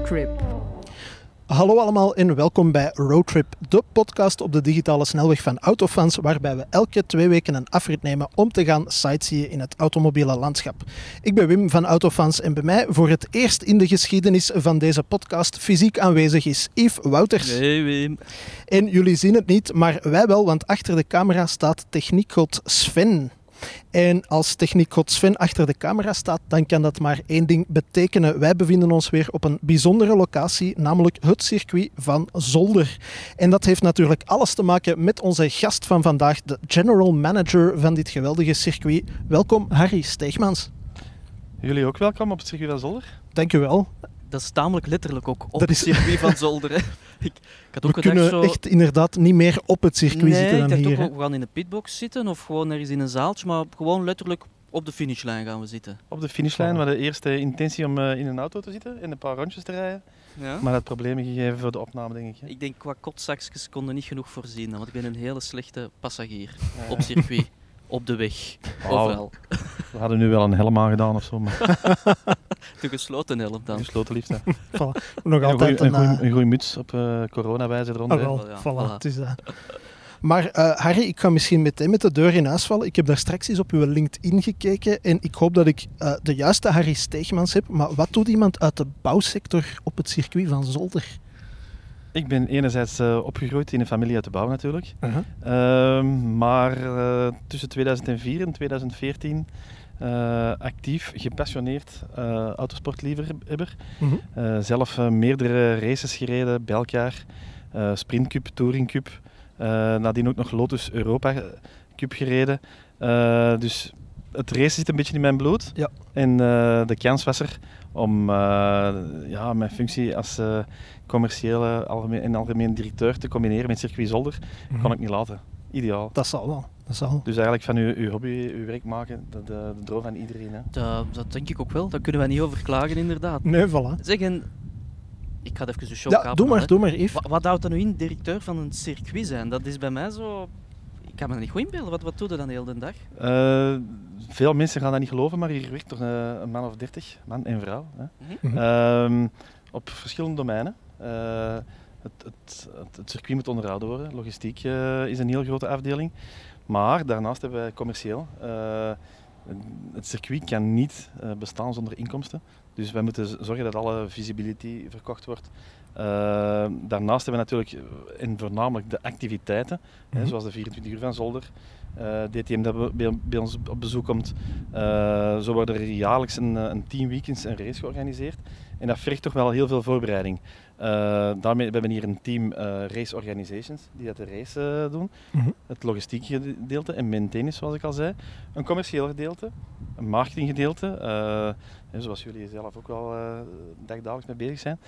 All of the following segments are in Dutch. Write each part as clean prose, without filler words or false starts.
Roadtrip. Hallo allemaal en welkom bij Roadtrip, de podcast op de digitale snelweg van Autofans, waarbij we elke 2 weken een afrit nemen om te gaan sightseeën in het automobiele landschap. Ik ben Wim van Autofans en bij mij voor het eerst in de geschiedenis van deze podcast fysiek aanwezig is Yves Wouters. Hey Wim. En jullie zien het niet, maar wij wel, want achter de camera staat techniekgod Sven. En als techniekgod Sven achter de camera staat, dan kan dat maar één ding betekenen. Wij bevinden ons weer op een bijzondere locatie, namelijk het circuit van Zolder. En dat heeft natuurlijk alles te maken met onze gast van vandaag, de general manager van dit geweldige circuit. Welkom, Harry Steegmans. Jullie ook welkom op het circuit van Zolder. Dank u wel. Dat is tamelijk letterlijk ook op Dat het is... circuit van Zolder. Hè. Ik had ook We kunnen zo... echt inderdaad niet meer op het circuit zitten dan ik hier. dacht ook, Hè? we gaan in de pitbox zitten of gewoon ergens in een zaaltje, maar gewoon letterlijk op de finishlijn gaan we zitten. Op de finishlijn, we hadden de eerste intentie om in een auto te zitten en een paar rondjes te rijden. Ja? Maar dat problemen gegeven voor de opname, denk ik. Hè? Ik denk qua kotzakjes konden niet genoeg voorzien, want ik ben een hele slechte passagier op circuit, op de weg, overal. We hadden nu wel een helm aangedaan of zo, maar De gesloten helm dan. gesloten liefst. Hè. Voilà. Nog altijd Een goede muts op coronawijze eronder. Oh, hè. wel, Ja, voilà, voilà. het is dat. Maar Harry, ik ga misschien meteen met de deur in huis vallen. Ik heb daar straks eens op uw LinkedIn gekeken en ik hoop dat ik de juiste Harry Steegmans heb. Maar wat doet iemand uit de bouwsector op het circuit van Zolder? Ik ben enerzijds opgegroeid in een familie uit de bouw natuurlijk. Maar tussen 2004 en 2014 actief, gepassioneerd autosportliefhebber. Zelf meerdere races gereden bij elkaar. Sprint Cup, Touring Cup. Nadien ook nog Lotus Europa Cup gereden. Dus het race zit een beetje in mijn bloed. Ja. En de kans was er om mijn functie als commerciële en algemeen directeur te combineren met circuit Zolder. Kon ik niet laten. Ideaal. Dat zal wel. Dat zal. Dus eigenlijk van uw hobby, uw werk maken, de droom van iedereen. Hè. Dat denk ik ook wel, daar kunnen wij niet over klagen inderdaad. Nee, voilà. Zeg, en ik ga even de show Ja, kapen, doe maar, Yves. Wat houdt er nu in, directeur van een circuit zijn? Dat is bij mij zo... Ik kan me dat niet goed inbeelden. Wat doe je dan heel de dag? Veel mensen gaan dat niet geloven, maar hier werkt toch een man of 30, man en vrouw. Hè. Mhm. Op verschillende domeinen. Het circuit moet onderhouden worden. Logistiek is een heel grote afdeling. Maar daarnaast hebben wij commercieel. Het circuit kan niet bestaan zonder inkomsten. Dus wij moeten zorgen dat alle visibility verkocht wordt. Daarnaast hebben we natuurlijk en voornamelijk de activiteiten, zoals de 24 uur van Zolder. DTM dat bij ons op bezoek komt. Zo worden er jaarlijks een 10 weekends een race georganiseerd. En dat vergt toch wel heel veel voorbereiding. Daarmee hebben we hier een team race organizations die dat de race doen. Het logistiek gedeelte en maintenance, zoals ik al zei. Een commercieel gedeelte, een marketinggedeelte, zoals jullie zelf ook wel dagelijks mee bezig zijn.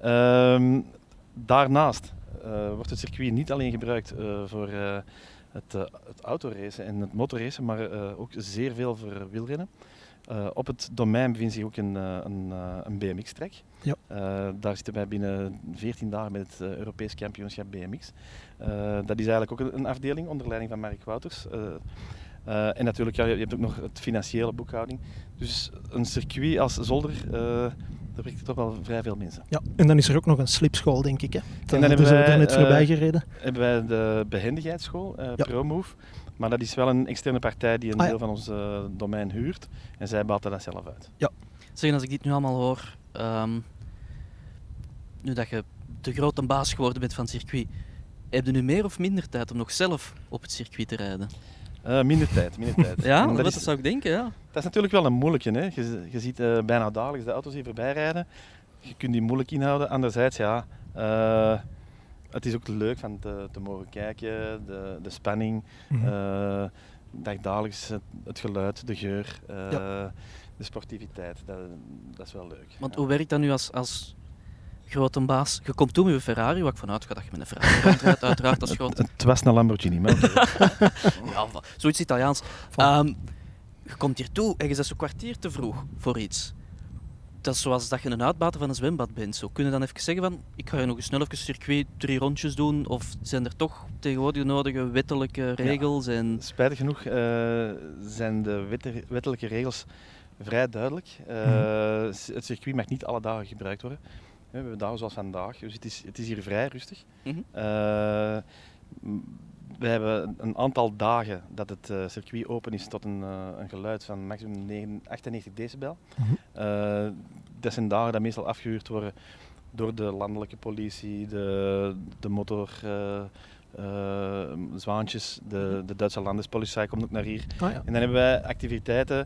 Daarnaast wordt het circuit niet alleen gebruikt voor het autoracen en het motorracen, maar ook zeer veel voor wielrennen. Op het domein bevindt zich ook een BMX-track. Ja. Daar zitten wij binnen 14 dagen met het Europees kampioenschap BMX. Dat is eigenlijk ook een afdeling onder leiding van Mark Wouters. En natuurlijk, je hebt ook nog het financiële boekhouding. Dus een circuit als Zolder, daar werken toch wel vrij veel mensen. Ja, en dan is er ook nog een slipschool, denk ik. Hè? En dan hebben we er net voorbij gereden. Hebben wij de behendigheidsschool, ProMove. Maar dat is wel een externe partij die een deel van ons domein huurt. En zij baten dat zelf uit. Ja. Zeg, als ik dit nu allemaal hoor, nu dat je de grote baas geworden bent van het circuit, heb je nu meer of minder tijd om nog zelf op het circuit te rijden? Minder tijd. Ja, dat zou ik denken, ja. Dat is natuurlijk wel een moeilijke. Hè? Je ziet bijna dagelijks de auto's hier voorbij rijden. Je kunt die moeilijk inhouden. Anderzijds, ja, het is ook leuk van te mogen kijken, de spanning, dagelijks het geluid, de geur, de sportiviteit. Dat is wel leuk. Want hoe werkt dat nu als grote baas? Je komt toe met een Ferrari, wat ik vanuit ga dat je met een Ferrari rondrijdt, uiteraard als groot. Het was een Lamborghini, maar ja, zoiets Italiaans. Je komt hier toe en je bent zo'n kwartier te vroeg voor iets. Dat is zoals dat je een uitbater van een zwembad bent. Zo kun je dan even zeggen van, ik ga je nog eens snel even circuit 3 rondjes doen, of zijn er toch tegenwoordig nodige wettelijke regels? Ja, en... Spijtig genoeg zijn de wettelijke regels vrij duidelijk. Het circuit mag niet alle dagen gebruikt worden. We hebben dagen zoals vandaag, dus het is hier vrij rustig. Mhm. We hebben een aantal dagen dat het circuit open is tot een geluid van maximum 98 decibel. Dat zijn dagen dat meestal afgehuurd worden door de landelijke politie, de motor... Zwaantjes, de Duitse landespolitie komt ook naar hier. Oh, ja. En dan hebben wij activiteiten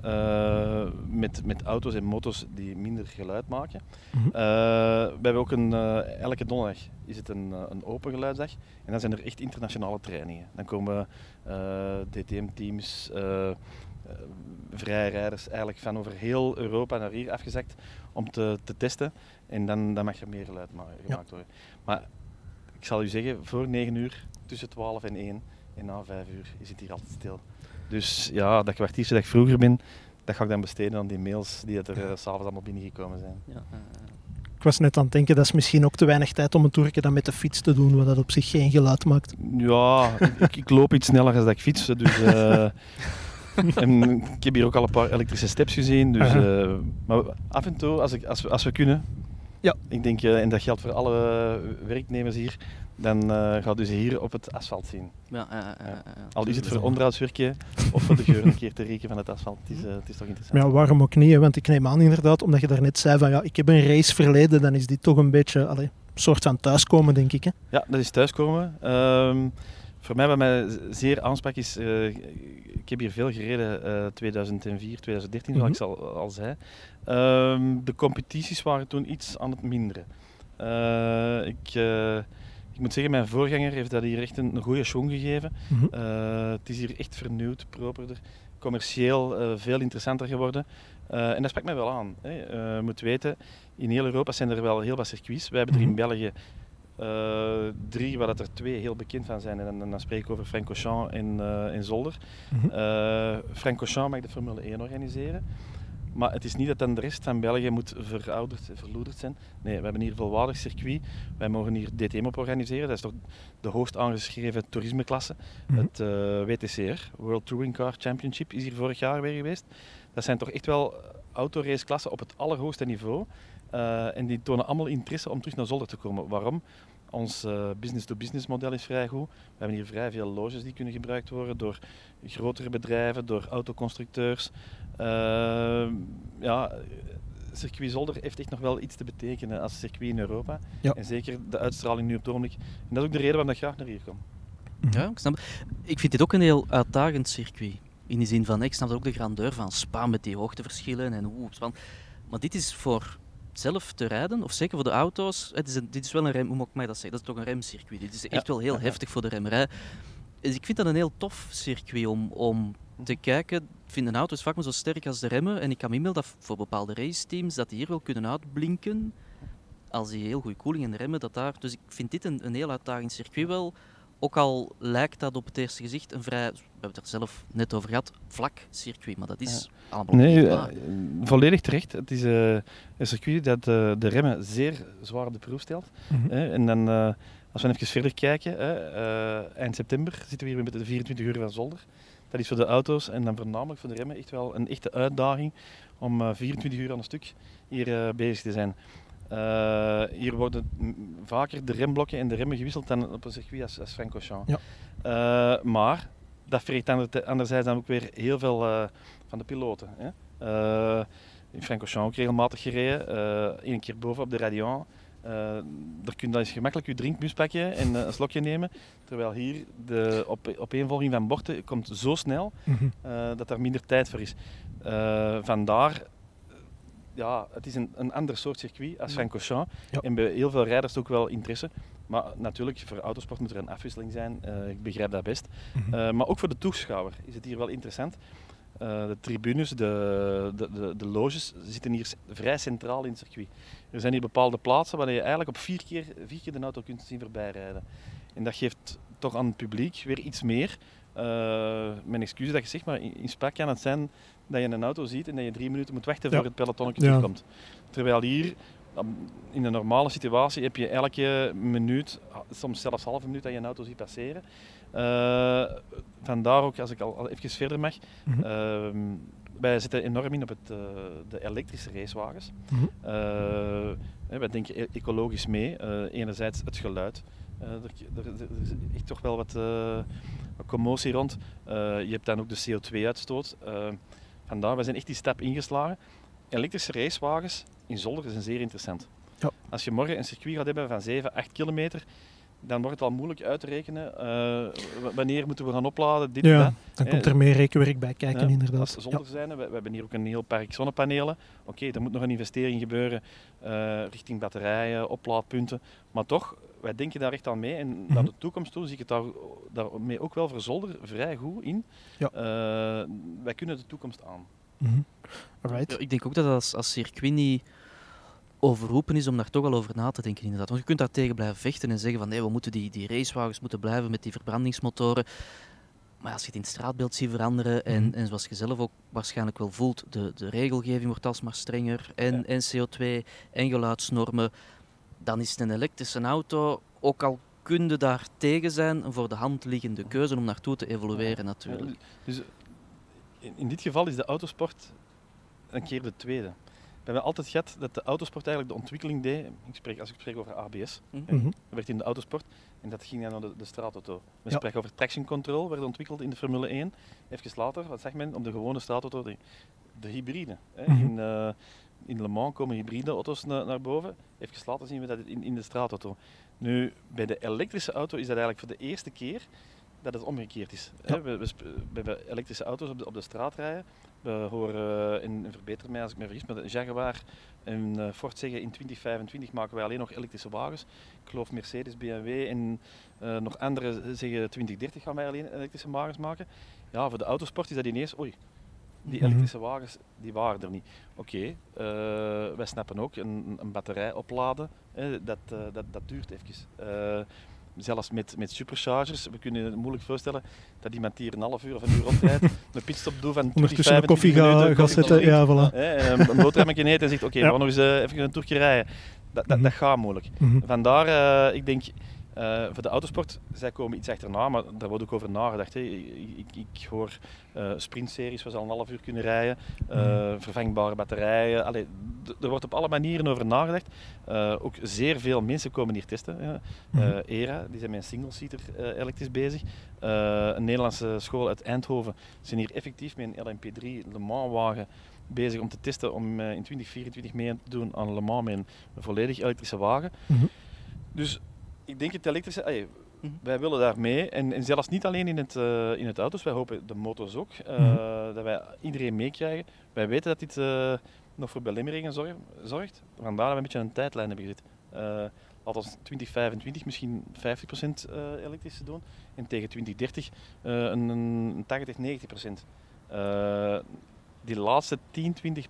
met auto's en motos die minder geluid maken. We hebben ook elke donderdag is het een open geluidsdag. En dan zijn er echt internationale trainingen. Dan komen DTM-teams, vrije rijders eigenlijk van over heel Europa naar hier afgezakt om te testen. En dan mag er meer geluid gemaakt worden. Maar ik zal u zeggen, voor 9 uur, tussen 12 en 1 en na 5 uur is het hier altijd stil. Dus ja, dat kwartiertje dat ik vroeger ben, dat ga ik dan besteden aan die mails die er s'avonds allemaal binnengekomen zijn. Ja, Ik was net aan het denken, dat is misschien ook te weinig tijd om een toertje dan met de fiets te doen, wat dat op zich geen geluid maakt. Ja, ik loop iets sneller dan dat ik fiets, dus... en ik heb hier ook al een paar elektrische steps gezien, dus... maar af en toe, als we kunnen... Ja. Ik denk, en dat geldt voor alle werknemers hier, dan gaat u ze hier op het asfalt zien. Al is het voor onderhoudswerkje of voor de geur een keer te rieken van het asfalt. Het is toch interessant. Maar ja, waarom ook niet? Hè? Want ik neem aan inderdaad, omdat je daarnet zei van ja, ik heb een race verleden, dan is dit toch een beetje een soort van thuiskomen, denk ik. Hè? Ja, dat is thuiskomen. Voor mij, wat mij zeer aansprak is, ik heb hier veel gereden, 2004, 2013, zoals ik al zei. De competities waren toen iets aan het minderen. Ik moet zeggen, mijn voorganger heeft dat hier echt een goede schwung gegeven. Het is hier echt vernieuwd, properder, commercieel veel interessanter geworden. En dat sprak mij wel aan. Je moet weten, in heel Europa zijn er wel heel wat circuits. Wij hebben er in België 3, waar er 2 heel bekend van zijn. En dan spreek ik over Francorchamps en Zolder. Francorchamps mag de Formule 1 organiseren. Maar het is niet dat dan de rest van België moet verloederd zijn. Nee, we hebben hier een volwaardig circuit. Wij mogen hier DTM op organiseren. Dat is toch de hoogst aangeschreven toerismeklasse. Het WTCR, World Touring Car Championship, is hier vorig jaar weer geweest. Dat zijn toch echt wel autoraceklassen op het allerhoogste niveau. En die tonen allemaal interesse om terug naar Zolder te komen. Waarom? Ons business-to-business model is vrij goed. We hebben hier vrij veel loges die kunnen gebruikt worden door grotere bedrijven, door autoconstructeurs. Circuit Zolder heeft echt nog wel iets te betekenen als circuit in Europa. Ja. En zeker de uitstraling nu op het ogenblik. En dat is ook de reden waarom ik graag naar hier kom. Ja, ik snap. Ik vind dit ook een heel uitdagend circuit. In die zin van, ik snap ook de grandeur van Spa met die hoogteverschillen en spannend. Maar dit is voor zelf te rijden, of zeker voor de auto's. Dit is wel een rem, hoe moet ik mij dat zeggen? Dat is toch een remcircuit. Dit is echt wel heel heftig voor de remmerij. Dus ik vind dat een heel tof circuit om te kijken. Ik vind een auto is vaak maar zo sterk als de remmen. En ik kan me inbeelden dat voor bepaalde raceteams dat die hier wel kunnen uitblinken. Als die heel goede koeling en de remmen, dat daar... Dus ik vind dit een heel uitdagend circuit wel. Ook al lijkt dat op het eerste gezicht een vrij, we hebben het er zelf net over gehad, vlak circuit. Maar dat is allemaal niet waar. Volledig terecht. Het is een circuit dat de remmen zeer zwaar op de proef stelt. En dan, als we even verder kijken, eind september zitten we hier met de 24 uur van Zolder. Dat is voor de auto's en dan voornamelijk voor de remmen echt wel een echte uitdaging om 24 uur aan een stuk hier bezig te zijn. Hier worden vaker de remblokken en de remmen gewisseld dan op een circuit als Francorchamps. Ja. Maar dat vergt anderzijds dan ook weer heel veel van de piloten. Hè. In Francorchamps ook regelmatig gereden, 1 keer boven op de Radiant. Daar kun je dan eens gemakkelijk je drinkbus pakken en een slokje nemen. Terwijl hier de opeenvolging van bochten komt zo snel dat er minder tijd voor is. Vandaar... Ja, het is een ander soort circuit als Francorchamps. Ja. En bij heel veel rijders ook wel interesse. Maar natuurlijk, voor autosport moet er een afwisseling zijn. Ik begrijp dat best. Maar ook voor de toeschouwer is het hier wel interessant. De tribunes, de loges zitten hier vrij centraal in het circuit. Er zijn hier bepaalde plaatsen waar je eigenlijk op 4 keer de auto kunt zien voorbijrijden. En dat geeft toch aan het publiek weer iets meer. Mijn excuus dat je zegt, maar in Spa kan het zijn dat je een auto ziet en dat je 3 minuten moet wachten voor het pelotonnetje terugkomt. Terwijl hier, in een normale situatie, heb je elke minuut, soms zelfs halve minuut dat je een auto ziet passeren. Vandaar ook, als ik al even verder mag, wij zitten enorm in op de elektrische racewagens. Wij denken ecologisch mee. Enerzijds het geluid. Er is echt toch wel wat commotie rond. Je hebt dan ook de CO2-uitstoot. Vandaar, wij zijn echt die stap ingeslagen. Elektrische racewagens in zolder zijn zeer interessant. Ja. Als je morgen een circuit gaat hebben van 7, 8 kilometer, dan wordt het al moeilijk uit te rekenen. Wanneer moeten we gaan opladen? Dit en dat. Dan komt er meer rekenwerk bij kijken, Ja, inderdaad. als zolder zijn, we hebben hier ook een heel park zonnepanelen. Oké, er moet nog een investering gebeuren richting batterijen, oplaadpunten. Maar toch, wij denken daar echt aan mee. En naar de toekomst toe zie ik het daarmee ook wel voor zolder vrij goed in. Ja. Wij kunnen de toekomst aan. Alright. Ja, ik denk ook dat als circuit niet overroepen is om daar toch al over na te denken, inderdaad. Want je kunt daar tegen blijven vechten en zeggen van nee, we moeten die racewagens moeten blijven met die verbrandingsmotoren. Maar als je het in het straatbeeld ziet veranderen en zoals je zelf ook waarschijnlijk wel voelt, de regelgeving wordt alsmaar strenger en CO2 en geluidsnormen, dan is een elektrische auto, ook al kun je daar tegen zijn, een voor de hand liggende keuze om naartoe te evolueren natuurlijk. Dus in dit geval is de autosport een keer de tweede. We hebben altijd gehad dat de autosport eigenlijk de ontwikkeling deed. Als ik spreek over ABS, dat werd in de autosport en dat ging dan naar de straatauto. We spreken over traction control, werd ontwikkeld in de Formule 1. Even later, wat zegt men, op de gewone straatauto, de hybride. In Le Mans komen hybride auto's naar boven. Even later zien we dat in de straatauto. Nu, bij de elektrische auto is dat eigenlijk voor de eerste keer dat het omgekeerd is. Ja. We hebben elektrische auto's op de straat rijden. We horen, en verbeter mij als ik me vergis, maar de Jaguar en Ford zeggen in 2025 maken wij alleen nog elektrische wagens. Ik geloof Mercedes, BMW en nog anderen zeggen 2030 gaan wij alleen elektrische wagens maken. Ja, voor de autosport is dat ineens, die elektrische wagens die waren er niet. Oké, wij snappen ook, een batterij opladen, dat duurt even. Zelfs met superchargers, we kunnen het moeilijk voorstellen dat iemand hier een half uur of een uur rondrijdt, een pitstop doet van 25 een koffie gaat zetten, ja, voilà. Een boterhammetje eten en zegt oké, we gaan nog eens even een toertje rijden. Dat gaat moeilijk. Vandaar, ik denk, voor de autosport, zij komen iets achterna, maar daar wordt ook over nagedacht. Hè. Ik hoor sprintseries waar ze al een half uur kunnen rijden, vervangbare batterijen. Allee, er wordt op alle manieren over nagedacht. Ook zeer veel mensen komen hier testen. ERA, die zijn met een single-seater elektrisch bezig. Een Nederlandse school uit Eindhoven zijn hier effectief met een LMP3 Le Mans wagen bezig om te testen om in 2024 mee te doen aan Le Mans met een volledig elektrische wagen. Dus ik denk het elektrische, wij willen daar mee en zelfs niet alleen in het auto's, wij hopen de motors ook, dat wij iedereen meekrijgen. Wij weten dat dit nog voor belemmeringen zorgt, vandaar dat we een beetje een tijdlijn hebben gezet. Laten we 2025 misschien 50% elektrisch doen en tegen 2030 een 80-90%. Die laatste 10-20%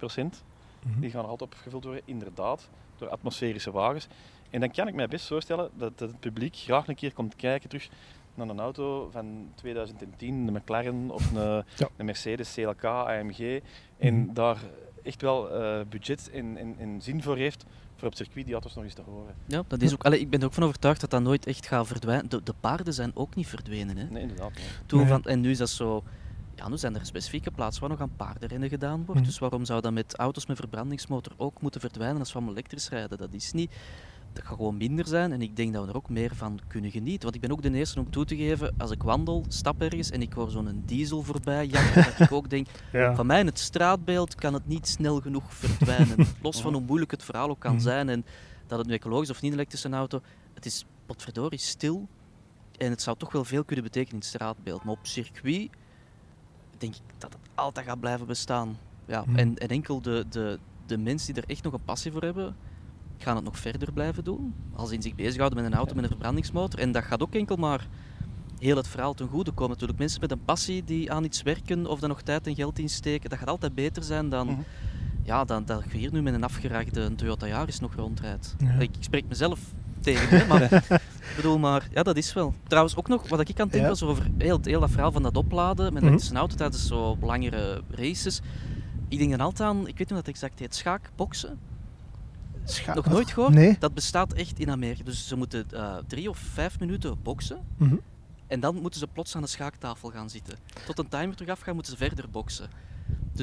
die gaan altijd opgevuld worden, inderdaad, door atmosferische wagens. En dan kan ik mij best voorstellen dat het publiek graag een keer komt kijken terug naar een auto van 2010, een McLaren of een Mercedes CLK AMG en daar echt wel budget en zin voor heeft voor op het circuit die auto's nog eens te horen. Ja, dat is ook, ik ben er ook van overtuigd dat dat nooit echt gaat verdwijnen. De paarden zijn ook niet verdwenen. Hè? Nee, inderdaad. Nee. En nu is dat zo... Ja, nu zijn er specifieke plaatsen waar nog aan paardenrennen gedaan wordt. Dus waarom zou dat met auto's met verbrandingsmotor ook moeten verdwijnen als we allemaal elektrisch rijden? Dat is niet... Dat gaat gewoon minder zijn en ik denk dat we er ook meer van kunnen genieten. Want ik ben ook de eerste om toe te geven, als ik wandel, stap ergens en ik hoor zo'n diesel voorbij jakken, dat ik ook denk, van mij in het straatbeeld kan het niet snel genoeg verdwijnen. Los van hoe moeilijk het verhaal ook kan zijn en dat het nu ecologisch of niet elektrische auto, het is potverdorie stil en het zou toch wel veel kunnen betekenen in het straatbeeld. Maar op circuit denk ik dat het altijd gaat blijven bestaan. Ja, en enkel de mensen die er echt nog een passie voor hebben, gaan het nog verder blijven doen. Als in zich bezighouden met een auto met een verbrandingsmotor. En dat gaat ook enkel maar heel het verhaal ten goede komen. Natuurlijk mensen met een passie die aan iets werken of daar nog tijd en geld in steken. Dat gaat altijd beter zijn dan, dan dat je hier nu met een afgeraagde Toyota Yaris nog rondrijdt. Ja. Ik spreek mezelf tegen, maar bedoel, maar ja, dat is wel. Trouwens, ook nog wat ik aan het denken was over heel dat verhaal van dat opladen met een auto tijdens zo langere races. Ik denk dan altijd aan, ik weet niet hoe dat exact heet, schaakboksen. Nog nooit gehoord? Nee. Dat bestaat echt in Amerika. Dus ze moeten 3 of 5 minuten boksen. En dan moeten ze plots aan de schaaktafel gaan zitten. Tot een timer terug afgaat, moeten ze verder boksen. Dus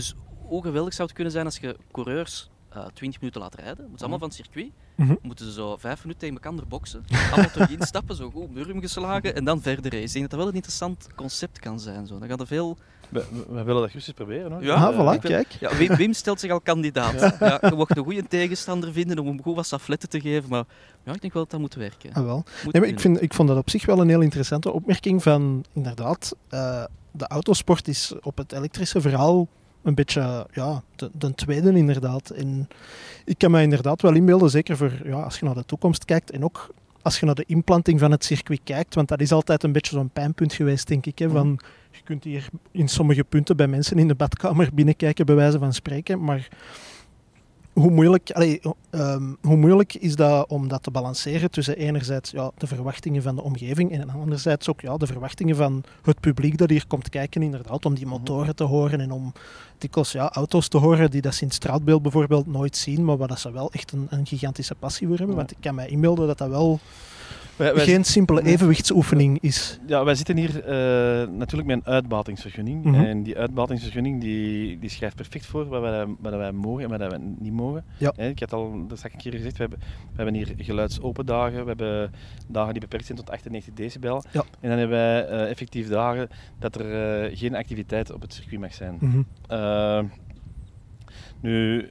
hoe geweldig zou het kunnen zijn als je coureurs 20 minuten laat rijden. Moeten ze allemaal van het circuit. Mhm. Moeten ze zo 5 minuten tegen elkaar boksen. Allemaal terug instappen, zo goed murm geslagen en dan verder racen. Ik denk dat dat wel een interessant concept kan zijn. Zo. Dan gaat er veel... We willen dat gerust eens proberen, hoor. Ja, voilà, ik ben- kijk. Ja, Wim stelt zich al kandidaat. Ja, je mocht een goede tegenstander vinden om hem goed wat safletten te geven. Maar ja, ik denk wel dat dat moet werken. Ah, wel. Moet Nee, maar kunnen. ik vond dat op zich wel een heel interessante opmerking van, inderdaad, de autosport is op het elektrische verhaal een beetje de tweede inderdaad. En ik kan me inderdaad wel inbeelden, zeker voor als je naar de toekomst kijkt en ook als je naar de implanting van het circuit kijkt, want dat is altijd een beetje zo'n pijnpunt geweest, denk ik. Hè, van, je kunt hier in sommige punten bij mensen in de badkamer binnenkijken, bij wijze van spreken, maar hoe moeilijk is dat om dat te balanceren tussen enerzijds de verwachtingen van de omgeving en anderzijds ook de verwachtingen van het publiek dat hier komt kijken, inderdaad, om die motoren te horen en om dikwijls auto's te horen die dat ze in het straatbeeld bijvoorbeeld nooit zien, maar waar dat ze wel echt een gigantische passie voor hebben. Ja. Want ik kan mij inbeelden dat dat wel Wij geen simpele evenwichtsoefening is. Ja, wij zitten hier natuurlijk met een uitbatingsvergunning. Mhm. En die uitbatingsvergunning die schrijft perfect voor wat wij mogen en wat wij niet mogen. Ja. Ik had al dat een keer gezegd, we hebben hier geluidsopen dagen, we hebben dagen die beperkt zijn tot 98 decibel. Ja. En dan hebben wij effectief dagen dat er geen activiteit op het circuit mag zijn. Mhm. Nu,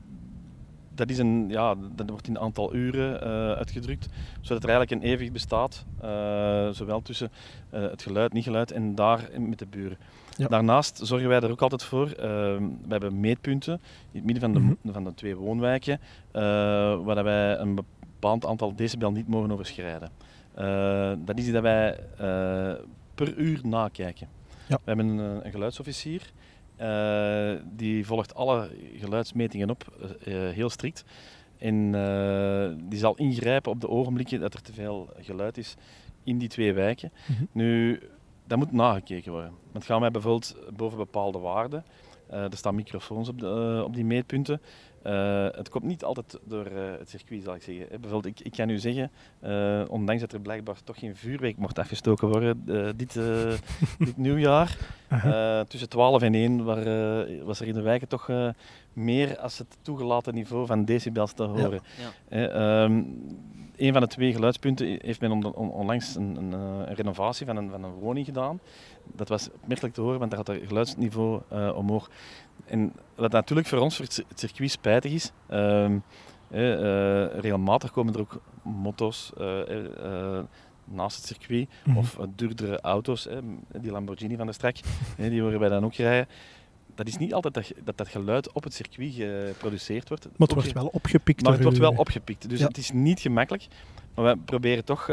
dat wordt in een aantal uren uitgedrukt, zodat er eigenlijk een evenwicht bestaat, zowel tussen het geluid, niet geluid en daar met de buren. Ja. Daarnaast zorgen wij er ook altijd voor, we hebben meetpunten in het midden van de 2 woonwijken, waar wij een bepaald aantal decibel niet mogen overschrijden. Dat is iets dat wij per uur nakijken. Ja. We hebben een geluidsofficier. Die volgt alle geluidsmetingen op, heel strikt. En die zal ingrijpen op de ogenblikken dat er te veel geluid is in die 2 wijken. Mhm. Nu, dat moet nagekeken worden. Want gaan wij bijvoorbeeld boven bepaalde waarden, er staan microfoons op die meetpunten. Het komt niet altijd door het circuit, zal ik zeggen. Bijvoorbeeld, ik kan u zeggen, ondanks dat er blijkbaar toch geen vuurwerk mocht afgestoken worden dit nieuwjaar, tussen 12 en 1 was er in de wijken toch meer als het toegelaten niveau van decibels te horen. Ja. Een van de 2 geluidspunten heeft men onlangs een renovatie van een woning gedaan. Dat was opmerkelijk te horen, want daar had het geluidsniveau omhoog. En wat natuurlijk voor ons, voor het circuit, spijtig is, regelmatig komen er ook motto's naast het circuit, of duurdere auto's, die Lamborghini van de strak, die horen wij dan ook rijden. Dat is niet altijd dat geluid op het circuit geproduceerd wordt. Maar het wordt wel opgepikt. Maar het door wordt u. wel opgepikt, dus Ja. het is niet gemakkelijk. Maar wij proberen toch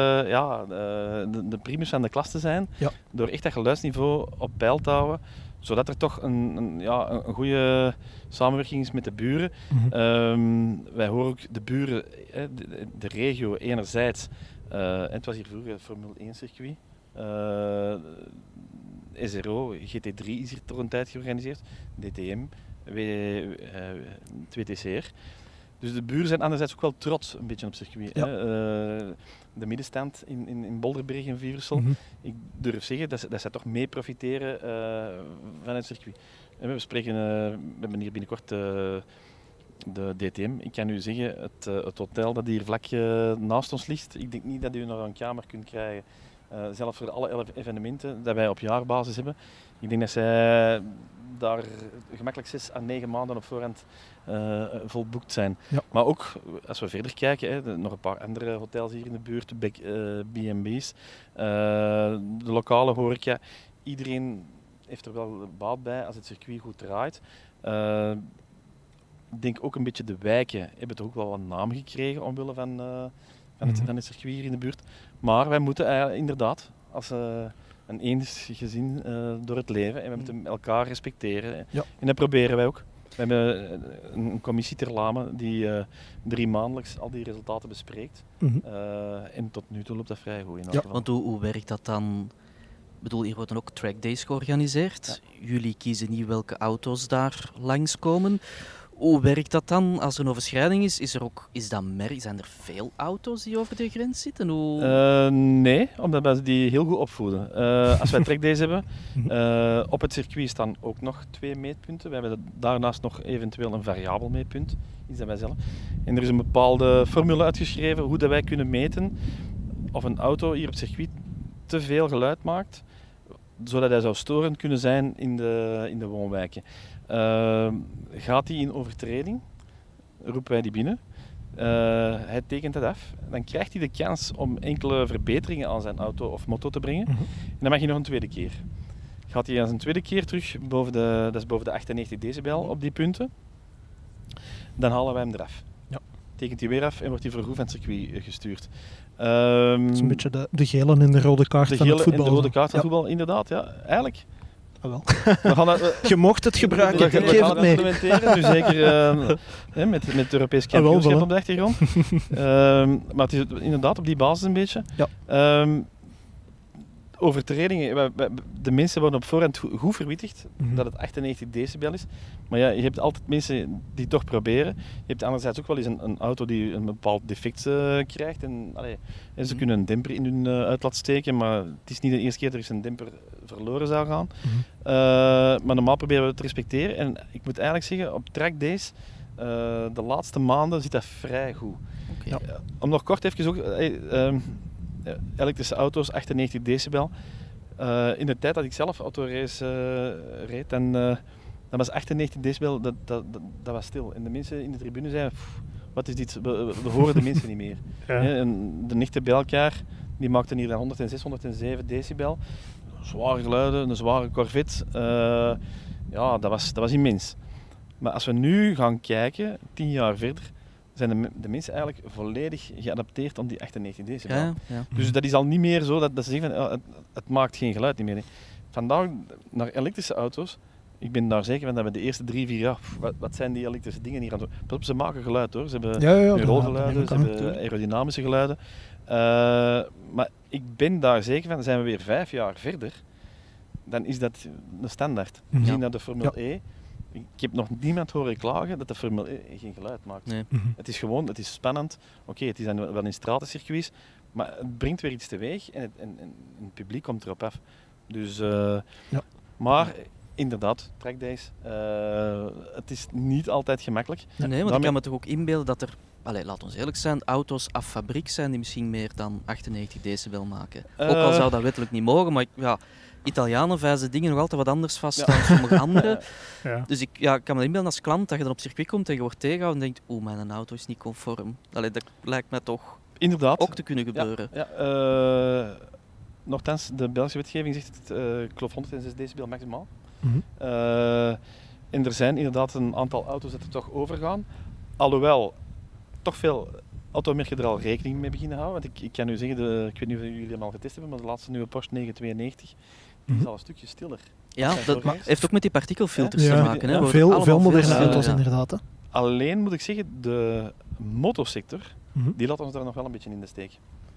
de primus van de klas te zijn, door echt dat geluidsniveau op peil te houden, zodat er toch een goede samenwerking is met de buren. Wij horen ook de buren, de regio enerzijds. Het was hier vroeger het Formule 1 circuit. SRO, GT3 is hier toch een tijd georganiseerd. DTM, 2TCR. Dus de buren zijn anderzijds ook wel trots een beetje op het circuit. Ja. De middenstand in Bolderberg en Vieversel. Ik durf zeggen dat zij toch mee profiteren van het circuit. En we hebben hier binnenkort de DTM. Ik kan u zeggen, het hotel dat hier vlak naast ons ligt, ik denk niet dat u nog een kamer kunt krijgen. Zelfs voor alle evenementen dat wij op jaarbasis hebben. Ik denk dat zij daar gemakkelijk 6 à 9 maanden op voorhand volboekt zijn. Ja. Maar ook, als we verder kijken, nog een paar andere hotels hier in de buurt, B&B's, de lokale horeca. Iedereen heeft er wel baat bij als het circuit goed draait. Ik denk ook een beetje de wijken hebben toch ook wel wat naam gekregen omwille van het circuit hier in de buurt. Maar wij moeten inderdaad als een eensgezin door het leven en we moeten elkaar respecteren. Ja. En dat proberen wij ook. We hebben een commissie ter Lame die 3 maandelijks al die resultaten bespreekt. En tot nu toe loopt dat vrij goed in elk geval. Want hoe werkt dat dan? Ik bedoel, hier worden ook trackdays georganiseerd. Ja. Jullie kiezen niet welke auto's daar langskomen. Hoe werkt dat dan als er een overschrijding is? Zijn er veel auto's die over de grens zitten? Nee, omdat wij die heel goed opvoeden. Als wij trackdays hebben, op het circuit staan ook nog 2 meetpunten. We hebben daarnaast nog eventueel een variabel meetpunt, iets dat wij zelf. En er is een bepaalde formule uitgeschreven hoe dat wij kunnen meten of een auto hier op het circuit te veel geluid maakt, zodat hij zou storend kunnen zijn in de woonwijken. Gaat hij in overtreding, roepen wij die binnen. Hij tekent het af. Dan krijgt hij de kans om enkele verbeteringen aan zijn auto of motto te brengen. En dan mag hij nog een tweede keer. Gaat hij een tweede keer terug boven de 98 decibel op die punten, dan halen wij hem eraf. Ja. Tekent hij weer af en wordt hij voor goed van het circuit gestuurd. Het is een beetje de gele en de rode kaart van het voetbal. De rode kaart van het voetbal, inderdaad. Ja, eigenlijk. Wel. Je mocht het gebruiken, ik geef het mee. Implementeren, nu zeker met het Europees kampioenschap op de achtergrond. Maar het is inderdaad op die basis een beetje. Ja. Overtredingen, de mensen worden op voorhand goed verwittigd dat het 98 decibel is. Maar ja, je hebt altijd mensen die het toch proberen. Je hebt anderzijds ook wel eens een auto die een bepaald defect krijgt. En ze kunnen een demper in hun uitlaat steken, maar het is niet de eerste keer dat er een demper verloren zou gaan. Maar normaal proberen we het te respecteren. En ik moet eigenlijk zeggen, op trackdays, de laatste maanden zit dat vrij goed. Okay. Ja. Om nog kort even ook... elektrische auto's, 98 decibel. In de tijd dat ik zelf autorace reed, dan was 98 decibel, dat was stil. En de mensen in de tribune zeiden, wat is dit? We horen de mensen niet meer. Ja. En de nichten bij elkaar, die maakten hier dan 106, 107 decibel. Zware geluiden, een zware Corvette. Ja, dat was immens. Maar als we nu gaan kijken, 10 jaar verder, zijn de mensen eigenlijk volledig geadapteerd om die 98 decibel. Ja. Dus dat is al niet meer zo dat ze zeggen van het maakt geen geluid niet meer. Hè. Vandaag naar elektrische auto's, ik ben daar zeker van dat we de eerste 3-4 jaar, wat zijn die elektrische dingen hier aan het doen? Ze maken geluid hoor, ze hebben rolgeluiden, ze hebben aerodynamische geluiden. Maar ik ben daar zeker van, zijn we weer 5 jaar verder, dan is dat een standaard. We zien naar de Formule E. Ik heb nog niemand horen klagen dat de Formule E geen geluid maakt. Nee. Het is gewoon, het is spannend. Oké, het is dan wel in stratencircuits, maar het brengt weer iets teweeg en het publiek komt erop af. Dus, maar inderdaad, trackdays, het is niet altijd gemakkelijk. Nee, want ik kan me toch ook inbeelden dat er, laat ons eerlijk zijn, auto's af fabriek zijn die misschien meer dan 98 decibel maken. Ook al zou dat wettelijk niet mogen, maar Italianen vijzen dingen nog altijd wat anders vast dan sommige anderen. Ja. Dus ik kan me inbeelden als klant dat je dan op circuit komt en je wordt tegengehouden en denkt, mijn auto is niet conform. Dat lijkt mij toch ook te kunnen gebeuren. Nochtans, de Belgische wetgeving zegt het, ik geloof 106 decibel maximaal. En er zijn inderdaad een aantal auto's dat er toch overgaan. Alhoewel, toch veel automerken er al rekening mee beginnen houden. Want ik kan u zeggen, ik weet niet of jullie hem al getest hebben, maar de laatste nieuwe Porsche 992 die is al een stukje stiller. Ja, dat heeft ook met die partikelfilters te maken. Hè? Veel moderne auto's inderdaad. Hè? Alleen moet ik zeggen, de motosector, die laat ons daar nog wel een beetje in de steek.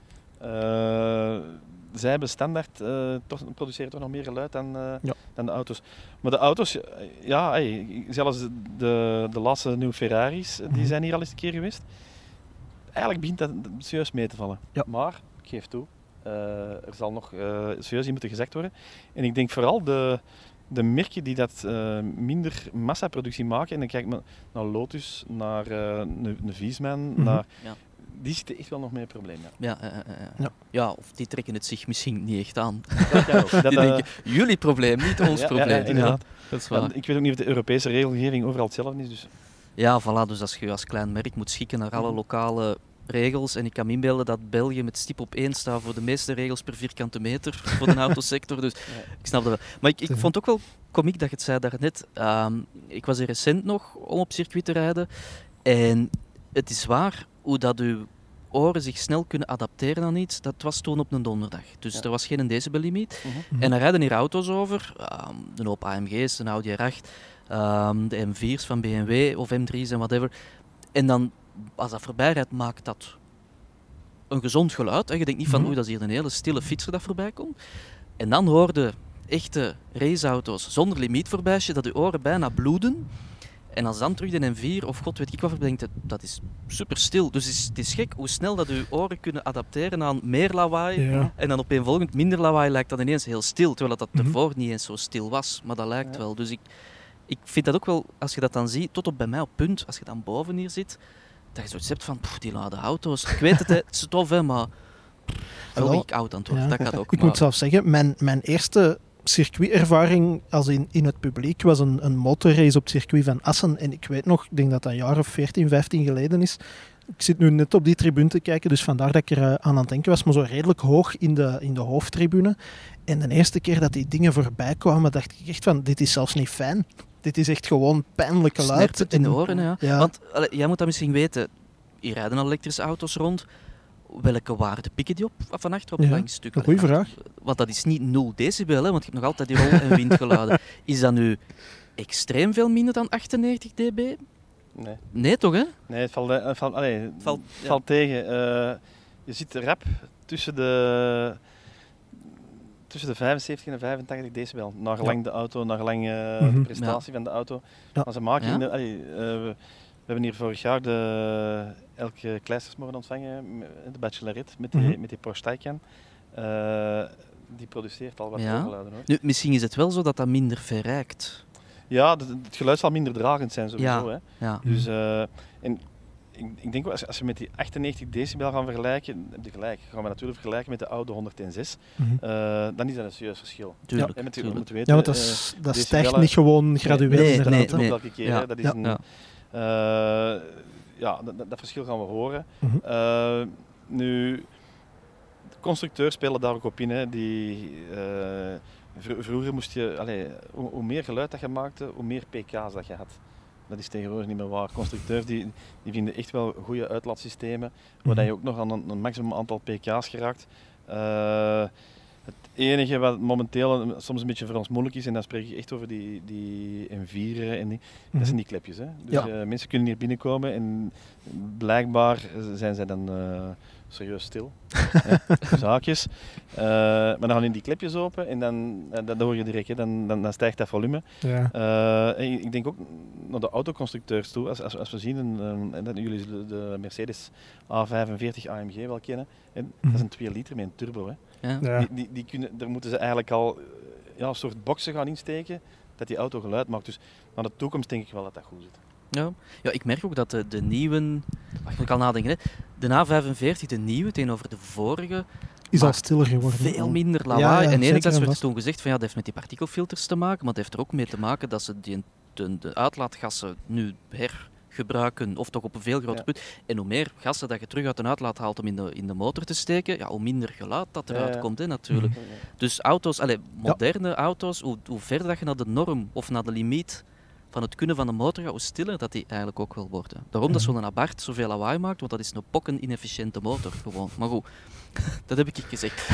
Zij hebben standaard, produceren toch nog meer geluid dan de auto's. Maar de auto's, zelfs de laatste nieuwe Ferraris, die zijn hier al eens een keer geweest. Eigenlijk begint dat serieus mee te vallen. Ja. Maar, ik geef toe, er zal nog serieus in moeten gezegd worden. En ik denk vooral de merken die dat minder massaproductie maken, en dan kijk ik naar Lotus, naar een Viesman, die zitten echt wel nog met een probleem. Ja, of die trekken het zich misschien niet echt aan. Dat kan ook. Die denken, jullie probleem, niet ons probleem. Inderdaad. Dat is waar. Ik weet ook niet of de Europese regelgeving overal hetzelfde is. Dus. Ja, voilà. Dus als je als klein merk moet schikken naar alle lokale regels, en ik kan me inbeelden dat België met stip op 1 staat voor de meeste regels per vierkante meter voor de autosector, dus ik snap dat wel. Maar ik vond ook wel komiek dat je het zei daarnet. Ik was hier recent nog om op circuit te rijden en het is waar hoe dat uw oren zich snel kunnen adapteren aan iets, dat was toen op een donderdag. Dus er was geen decibellimiet. En er rijden hier auto's over, een hoop AMG's, een Audi R8, de M4's van BMW of M3's en whatever. En dan, als dat voorbij rijdt, maakt dat een gezond geluid. En je denkt niet van, oei, dat is hier een hele stille fietser dat voorbij komt. En dan hoorde echte raceauto's zonder limiet voorbij, dat je oren bijna bloeden. En als dan terug de M4 of god weet ik wat bedenkt, dat is super stil. Dus het is gek hoe snel dat je oren kunnen adapteren aan meer lawaai. Ja. En dan opeenvolgend minder lawaai lijkt dat ineens heel stil. Terwijl dat Mhm. ervoor niet eens zo stil was. Maar dat lijkt wel. Dus ik vind dat ook wel, als je dat dan ziet, tot op bij mij op punt, als je dan boven hier zit, dat je zoiets hebt van, die lade auto's. Ik weet het, het is tof, hè, maar wel ben ik oud aan het worden. Ja. Dat gaat ook. Ik moet zelfs zeggen, mijn eerste circuitervaring als in het publiek was een motorrace op het circuit van Assen. En ik weet nog, ik denk dat dat een jaar of 14, 15 geleden is. Ik zit nu net op die tribune te kijken, dus vandaar dat ik er aan het denken was. Maar zo redelijk hoog in de hoofdtribune. En de eerste keer dat die dingen voorbij kwamen, dacht ik echt van, dit is zelfs niet fijn. Dit is echt gewoon pijnlijk geluid. Snerpt het in de oren, ja. Ja. Want jij moet dat misschien weten. Hier rijden al elektrische auto's rond. Welke waarde pikken die op van achter op een Ja, lang stuk? een goeie vraag. Want dat is niet 0 decibel, hè, want je hebt nog altijd die rol- en windgeluiden. Is dat nu extreem veel minder dan 98 dB? Nee. Nee, toch, hè? Nee, het valt Ja. tegen. Je zit rap tussen de 75 en 85 decibel. Naar gelang de auto, naar gelang de Mhm. prestatie van de auto. Ja. Maar ze maken Ja. we hebben hier vorig jaar elke kleisters mogen ontvangen, de bachelorette met Mhm. die Porsche Taycan. Die produceert al wat Ja. geluiden hoor. Nu, misschien is het wel zo dat dat minder verrijkt. Ja, het geluid zal minder dragend zijn sowieso. Ja. Hè. Ja. Dus, en ik denk ook, als we met die 98 decibel gaan vergelijken, heb je gelijk. Gaan we natuurlijk vergelijken met de oude 106, Mhm. dan is dat een serieus verschil. Tuurlijk. En met, we tuurlijk. moeten Ja, weten, want dat stijgt decibellen- niet gewoon gradueel. Nee, inderdaad, nee, hè. dat elke keer. Ja. Hè. Dat is Ja. een, Ja. dat verschil gaan we horen. Mhm. Nu, de constructeurs spelen daar ook op in. Hè. Vroeger moest je, hoe meer geluid dat je maakte, hoe meer pk's dat je had. Dat is tegenwoordig niet meer waar. Constructeurs die vinden echt wel goede uitlaatsystemen, waar dat je ook nog aan een maximum aantal pk's geraakt. Het enige wat momenteel soms een beetje voor ons moeilijk is, en dan spreek ik echt over die M4'en en dat zijn die klepjes. Hè. Dus Ja. mensen kunnen hier binnenkomen en blijkbaar zijn zij dan serieus stil. Hè, zaakjes. Maar dan gaan die klepjes open en dan hoor je direct, hè, dan stijgt dat volume. Ja. En ik denk ook naar de autoconstructeurs toe, als we zien, dat jullie de Mercedes A45 AMG wel kennen, hè, dat is een 2 liter met een turbo. Hè. Ja. Ja. Die kunnen, daar moeten ze eigenlijk al een soort boxen gaan insteken, dat die auto geluid maakt. Dus naar de toekomst denk ik wel dat dat goed zit. Ja, ik merk ook dat de nieuwe... Wacht, moet ik al nadenken. Hè. De A45, de nieuwe, tegenover de vorige, Is al maakt stiller geworden. veel minder Ja, lawaai. ja, En zeker enerzijds en werd vast. toen gezegd van ja, dat heeft met die partikelfilters te maken, maar dat heeft er ook mee te maken dat ze de uitlaatgassen nu hergebruiken, of toch op een veel groter Ja. punt. En hoe meer gassen dat je terug uit een uitlaat haalt om in de motor te steken, ja, hoe minder geluid dat eruit Ja. komt, hè, natuurlijk. Mhm. Dus auto's, moderne auto's, hoe verder dat je naar de norm of naar de limiet van het kunnen van de motor gaat, hoe stiller dat die eigenlijk ook wil worden. Daarom dat zo'n Abarth zoveel lawaai maakt, want dat is een pokken-inefficiënte motor gewoon. Maar goed, dat heb ik gezegd.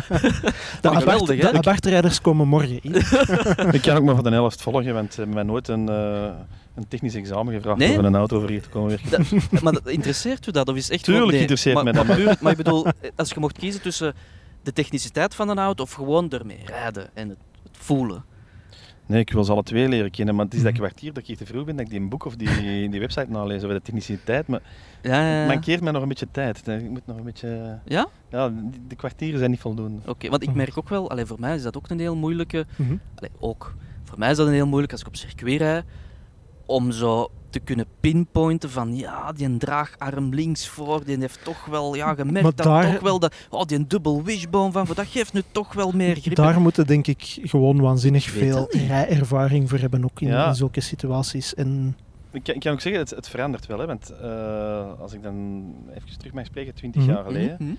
De geweldig, hè? Abarth-rijders komen morgen in. Ik kan ook maar van de helft volgen, want ze hebben mij nooit een technisch examen gevraagd Nee? over een auto over hier te komen werken. Maar interesseert u dat? Of is echt Tuurlijk nee, interesseert maar, mij dat, Maar, maar- puur- maar ik bedoel, als je mocht kiezen tussen de techniciteit van een auto of gewoon ermee rijden en het voelen. Nee, ik wil ze alle twee leren kennen, maar het is dat kwartier dat ik hier te vroeg ben, dat ik die een boek of die website nalees over de techniciteit, maar Ja, het mankeert mij nog een beetje tijd. Ik moet nog een beetje... Ja? Ja, de kwartieren zijn niet voldoende. Oké, want ik merk ook wel, voor mij is dat ook een heel moeilijke... Mhm. Voor mij is dat een heel moeilijk als ik op circuit rijd, om zo te kunnen pinpointen van ja, die draagarm links voor, die heeft toch wel, ja, je merkt Maar dat daar- toch wel, die dubbel wishbone van, dat geeft nu toch wel meer grip. Daar moeten denk ik gewoon waanzinnig Ik weet veel dat niet. rijervaring voor hebben, ook in, Ja. in zulke situaties. En Ik kan ook zeggen, het verandert wel, hè, want als ik dan even terug mag spreken, 20 Mhm. jaar geleden, Mhm.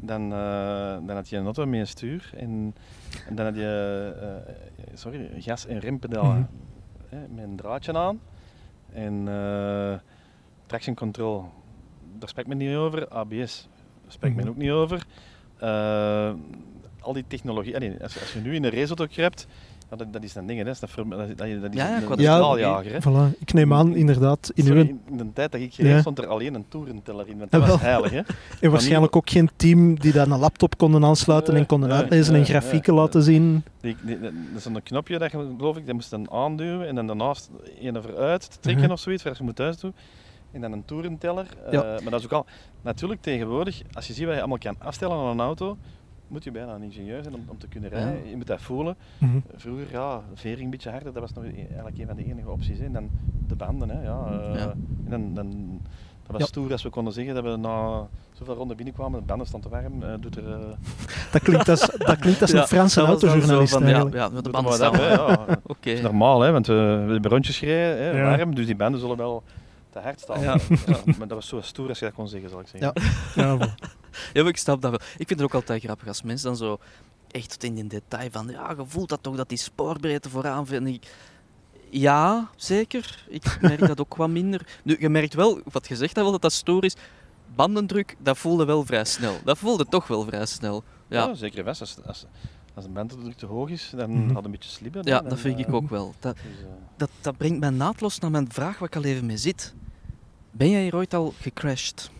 dan had je een auto met een stuur en dan had je gas- en rempedalen met een draadje aan. En traction control, daar spreekt men niet over. ABS, daar spreekt men Mhm. ook niet over. Al die technologie, als je nu in een raceauto kruipt, Dat is een ding, hè. Dat is een Ja, straaljager. Hè. Voilà. Ik neem aan, inderdaad. In de tijd dat ik reed, Ja. stond er alleen een toerenteller in, want dat was heilig. Hè. En waarschijnlijk ook geen team die dan een laptop konden aansluiten en konden uitlezen en grafieken laten zien. Dat is een knopje dat je, geloof ik, dat moest dan aanduwen en dan daarnaast een vooruit te trekken of zoiets, waar je moet thuis doen. En dan een toerenteller. Maar dat is ook al... Natuurlijk tegenwoordig, als je ziet wat je allemaal kan afstellen aan een auto, moet je bijna een ingenieur zijn om te kunnen rijden. Ja. Je moet dat voelen. Vroeger, vering een beetje harder, dat was nog eigenlijk een van de enige opties. Hè. En dan de banden. Hè. En dan, dat was stoer als we konden zeggen dat we na zoveel ronden binnenkwamen, de banden stonden te warm. Dat klinkt als een Franse autojournalist eigenlijk. Ja, de Doet banden maar dat, staan. hè, ja. Oké. Dat is normaal, hè, want we hebben rondjes gereden, hè, warm, dus die banden zullen wel te hard staan. Ja. Maar dat was zo stoer als je dat kon zeggen, zal ik zeggen. Ja, voilà. Ja, maar ik snap dat wel. Ik vind het ook altijd grappig als mensen dan zo echt tot in detail van, ja, je voelt dat toch, dat die spoorbreedte vooraan vind. Ja, zeker. Ik merk dat ook wat minder. Nu, je merkt wel, wat je zegt dat wel, dat stoer is. Bandendruk, dat voelde wel vrij snel. Dat voelde toch wel vrij snel. Ja, Zeker best. Als een bandendruk te hoog is, dan had het een beetje slibben. ja, dat vind ik ook wel. Dat brengt mij naadloos naar mijn vraag waar ik al even mee zit. Ben jij hier ooit al gecrashed?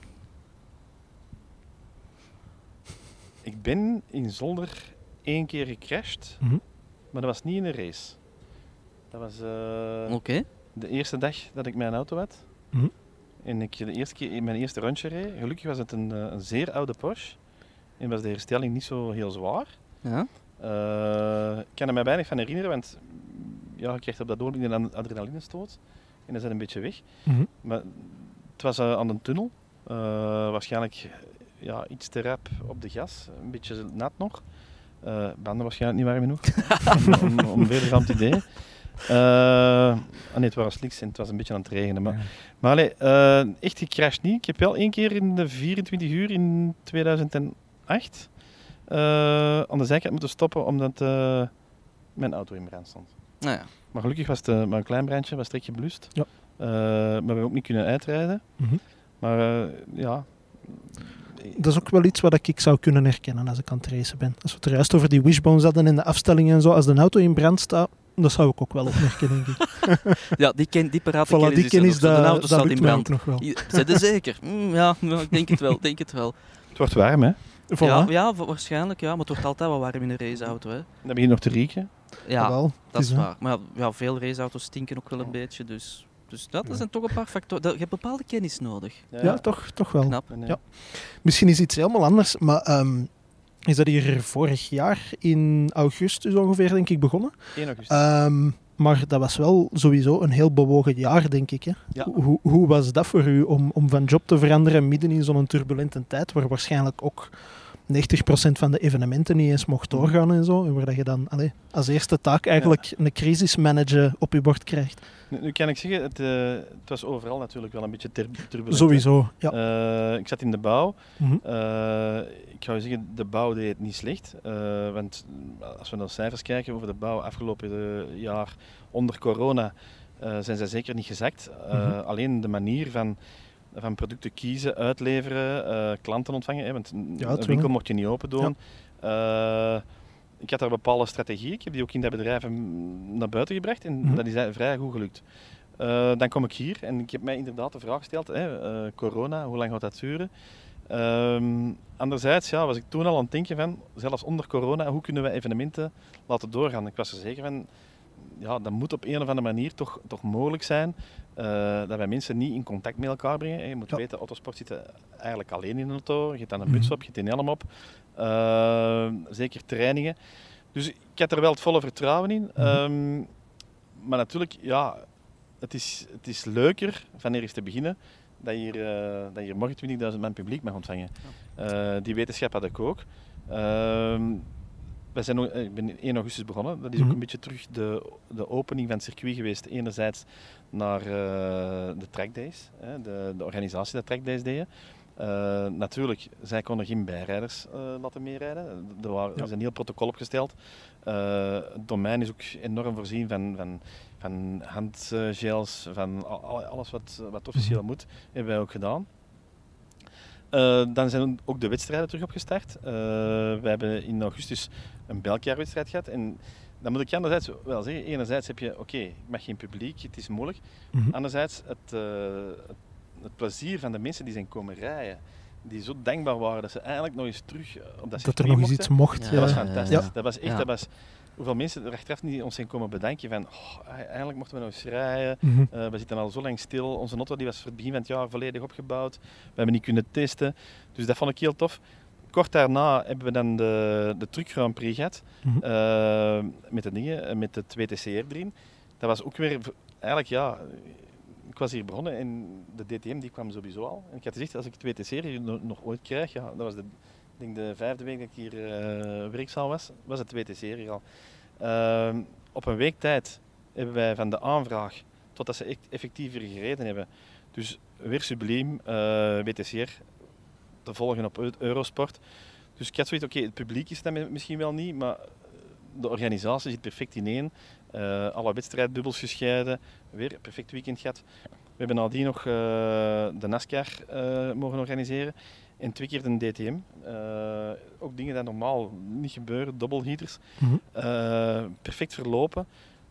Ik ben in Zolder 1 keer gecrashed, maar dat was niet in een race. Dat was Oké. de eerste dag dat ik mijn auto had. En ik de eerste keer in mijn eerste rondje reed. Gelukkig was het een zeer oude Porsche. En was de herstelling niet zo heel zwaar. Ja. Ik kan er mij weinig van herinneren, want ja, je krijgt op dat ogenblik een adrenalinestoot. En dat is een beetje weg. Maar het was aan de tunnel. Waarschijnlijk iets te rap op de gas. Een beetje nat nog. Banden waarschijnlijk niet warm genoeg. om verder aan het idee. Nee, het was sliks en het was een beetje aan het regenen. Maar echt gecrashed niet. Ik heb wel 1 keer in de 24 uur in 2008 aan de zijkant moeten stoppen omdat mijn auto in brand stond. Nou ja. Maar gelukkig was het maar een klein brandje, was direct geblust. Ja. Maar we hebben ook niet kunnen uitrijden. Maar Dat is ook wel iets wat ik zou kunnen herkennen als ik aan het racen ben. Als we het er juist over die wishbones hadden en de afstellingen en zo, als de auto in brand staat, dat zou ik ook wel opmerken, denk ik. Ja, die parate Voilà, die kennis, de auto staat in lukt mij ook brand. nog wel. Zet er zeker? Ja, ik denk het wel. het wordt warm, hè? Voilà. Ja, waarschijnlijk, ja, maar het wordt altijd wel warm in een raceauto. Hè. Dan begint nog te rieken. Ja, Jawel, dat is het is, waar. Maar ja, veel raceauto's stinken ook wel een beetje, dus dat zijn toch een paar factoren. Je hebt bepaalde kennis nodig. Ja, toch wel. Knap. Ja. Misschien is iets helemaal anders, maar is dat hier vorig jaar in augustus ongeveer, denk ik, begonnen? 1 augustus. Maar dat was wel sowieso een heel bewogen jaar, denk ik. Hè? Ja. Hoe was dat voor u om van job te veranderen midden in zo'n turbulente tijd, waar waarschijnlijk ook 90% van de evenementen niet eens mocht doorgaan en zo, en waar dat je dan als eerste taak eigenlijk een crisismanager op je bord krijgt? Nu kan ik zeggen, het was overal natuurlijk wel een beetje turbulent. Sowieso, ja. Ik zat in de bouw. Ik ga je zeggen, de bouw deed het niet slecht. Want als we naar de cijfers kijken over de bouw afgelopen jaar onder corona, zijn zij zeker niet gezakt. Alleen de manier van producten kiezen, uitleveren, klanten ontvangen. Hè, want een winkel mocht je niet open doen. Ja. Ik had daar een bepaalde strategie. Ik heb die ook in dat bedrijf naar buiten gebracht en dat is vrij goed gelukt. Dan kom ik hier en ik heb mij inderdaad de vraag gesteld, corona, hoe lang gaat dat duren? Anderzijds was ik toen al aan het denken van, zelfs onder corona, hoe kunnen we evenementen laten doorgaan? Ik was er zeker van, dat moet op een of andere manier toch mogelijk zijn dat wij mensen niet in contact met elkaar brengen. Je moet weten, autosport zit eigenlijk alleen in een auto. Je hebt dan een muts op, je hebt een helm op. Zeker trainingen. Dus ik had er wel het volle vertrouwen in. Maar natuurlijk, het is leuker van ergens te beginnen dat je hier morgen 20.000 man publiek mag ontvangen. Die wetenschap had ik ook. Ik ben in 1 augustus begonnen. Dat is ook een beetje terug de opening van het circuit geweest. Enerzijds naar de trackdays, de organisatie dat trackdays deden. Natuurlijk, zij konden geen bijrijders laten meerijden. Er is een heel protocol opgesteld. Het domein is ook enorm voorzien van handgels, van alles wat officieel moet, hebben wij ook gedaan. Dan zijn ook de wedstrijden terug opgestart. We hebben in augustus een België-wedstrijd gehad. En Dan moet ik anderzijds wel zeggen, enerzijds heb je, je mag geen publiek, het is moeilijk. Mhm. Anderzijds, het plezier van de mensen die zijn komen rijden, die zo dankbaar waren dat ze eigenlijk nog eens terug op dat Dat er circuit nog eens mochten. iets mocht. Ja, Dat was ja, fantastisch. ja. Dat was echt, Ja. dat was, hoeveel mensen er achteraf niet ons zijn komen bedenken van, eigenlijk mochten we nog eens rijden. Mhm. We zitten al zo lang stil. Onze auto die was voor het begin van het jaar volledig opgebouwd. We hebben niet kunnen testen. Dus dat vond ik heel tof. Kort daarna hebben we dan de Truck Grand Prix gehad. Mhm. Met de 2TCR erin. Dat was ook weer, eigenlijk ja, ik was hier begonnen en de DTM die kwam sowieso al. En ik had gezegd, als ik 2TCR hier nog ooit krijg, ja, dat was ik denk de 5e week dat ik hier werkzaam was het 2TCR hier al. Op een week tijd hebben wij van de aanvraag totdat ze echt effectief hier gereden hebben. Dus weer subliem, WTCR te volgen op Eurosport. Dus ik had zoiets, het publiek is dat misschien wel niet, maar de organisatie zit perfect ineen. Alle wedstrijdbubbels gescheiden, weer een perfect weekend gehad. We hebben nadien nog de NASCAR mogen organiseren en 2 keer de DTM. Ook dingen die normaal niet gebeuren, doubleheaters. Mhm. Perfect verlopen.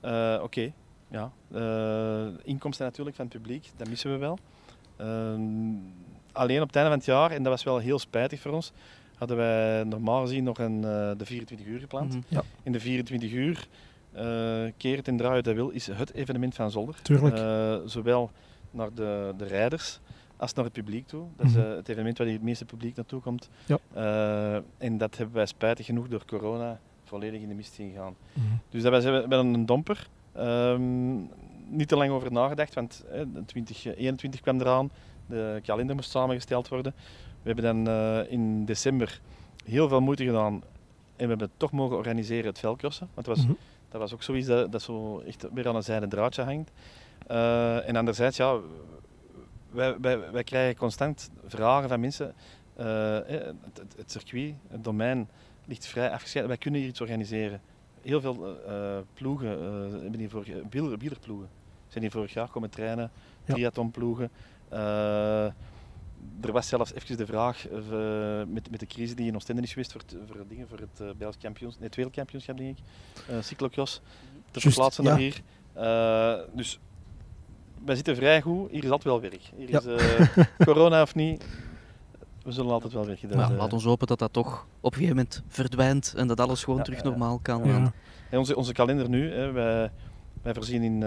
Inkomsten natuurlijk van het publiek, dat missen we wel. Alleen op het einde van het jaar, en dat was wel heel spijtig voor ons, hadden wij normaal gezien nog de 24 uur gepland. Mhm. Ja. In de 24 uur, keer het en draai dat wil, is het evenement van Zolder. Tuurlijk. Zowel naar de rijders als naar het publiek toe. Dat is Mhm. het evenement waar het meeste publiek naartoe komt. Ja. En dat hebben wij spijtig genoeg door corona volledig in de mist zien gaan. Mhm. Dus dat was wel een domper. Niet te lang over nagedacht, want 2021 kwam eraan. De kalender moest samengesteld worden. We hebben dan in december heel veel moeite gedaan en we hebben het toch mogen organiseren, het veldcrossen. Want Mhm. dat was ook zoiets dat zo echt weer aan een zijden draadje hangt. En anderzijds, ja, wij krijgen constant vragen van mensen. Het circuit, het domein ligt vrij afgescheiden. Wij kunnen hier iets organiseren. Heel veel ploegen, hebben hier wielerploegen, zijn hier vorig jaar komen trainen, Ja. triathlonploegen. Er was zelfs even de vraag met de crisis die in Oostende is geweest voor het Belgisch kampioenschap, het wereldkampioenschap denk ik, cyclocross, te Juist, verplaatsen ja. naar hier. Dus wij zitten vrij goed, hier is altijd wel werk. Hier Ja. is corona of niet, we zullen altijd wel werken. Maar laat ons hopen dat dat toch op een gegeven moment verdwijnt en dat alles gewoon Ja, terug ja. normaal kan. Ja. En onze kalender nu, wij voorzien in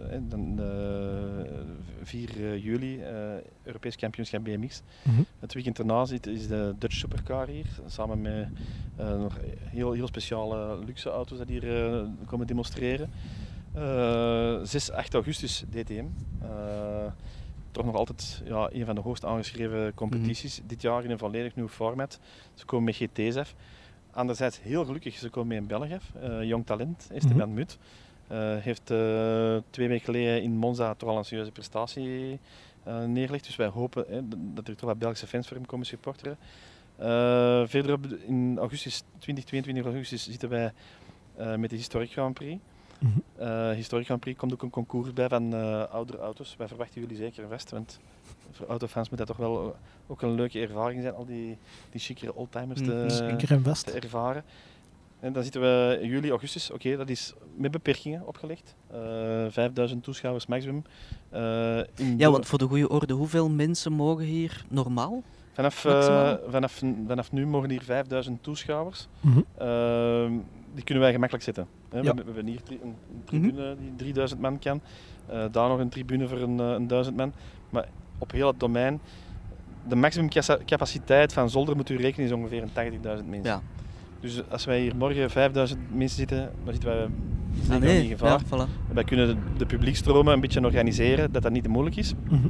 4 juli Europees kampioenschap BMX. Mhm. Het weekend daarna is de Dutch Supercar hier, samen met nog heel speciale luxe auto's die hier komen demonstreren. 6, 8 augustus DTM. Toch nog altijd een van de hoogst aangeschreven competities. Dit jaar in een volledig nieuw format. Ze komen met GT's af. Anderzijds heel gelukkig, ze komen met een Belg af. Jong talent, Esteban Mut. Heeft 2 weken geleden in Monza toch al een serieuze prestatie neergelegd. Dus wij hopen dat er toch wat Belgische fans voor hem komen supporteren. Verderop in augustus, 2022 augustus zitten wij met de Historic Grand Prix. Mhm. Historic Grand Prix komt ook een concours bij van oudere auto's. Wij verwachten jullie zeker vast, want voor autofans moet dat toch wel ook een leuke ervaring zijn, al die chicere oldtimers Zeker en vast. te ervaren. En dan zitten we in juli, augustus. Dat is met beperkingen opgelegd. 5000 toeschouwers maximum. Ja, want voor de goede orde, hoeveel mensen mogen hier normaal? Vanaf nu mogen hier 5000 toeschouwers. Mhm. Die kunnen wij gemakkelijk zetten. We Ja. hebben hier een tribune die 3000 man kan. Daar nog een tribune voor een 1000 man. Maar op heel het domein, de maximumcapaciteit van Zolder, moet u rekenen, is ongeveer 80.000 mensen. Ja. Dus als wij hier morgen 5000 mensen zitten, dan zitten wij zeker niet in gevaar. Ja, voilà. Wij kunnen de publiekstromen een beetje organiseren, dat niet te moeilijk is. Mhm.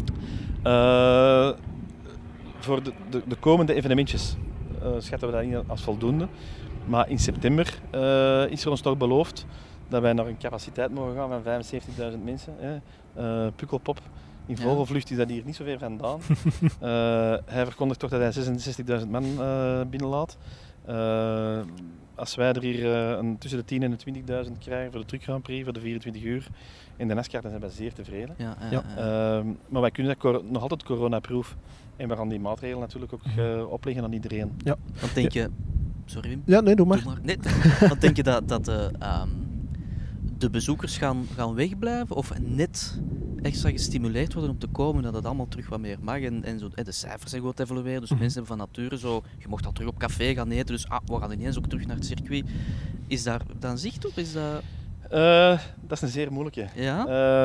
Voor de komende evenementjes schatten we dat in als voldoende. Maar in september is er ons toch beloofd dat wij naar een capaciteit mogen gaan van 75.000 mensen. Pukkelpop. In vogelvlucht is dat hier niet zo ver vandaan. Hij verkondigt toch dat hij 66.000 man binnenlaat. Als wij er hier tussen de 10.000 en de 20.000 krijgen voor de Truck Grand Prix, voor de 24 uur in de NASCAR, dan zijn wij zeer tevreden. Maar wij kunnen dat nog altijd coronaproof. En we gaan die maatregelen natuurlijk ook opleggen aan iedereen. Dan denk je, Sorry Wim. Ja, nee, doe maar. Nee, wat denk je dat de bezoekers gaan wegblijven of net extra gestimuleerd worden om te komen, dat het allemaal terug wat meer mag en zo, de cijfers zijn goed evolueren, dus mensen hebben van nature zo, je mocht al terug op café gaan eten, dus we gaan ineens ook terug naar het circuit. Is daar dan zicht op? Is dat... Dat is een zeer moeilijke. Ja?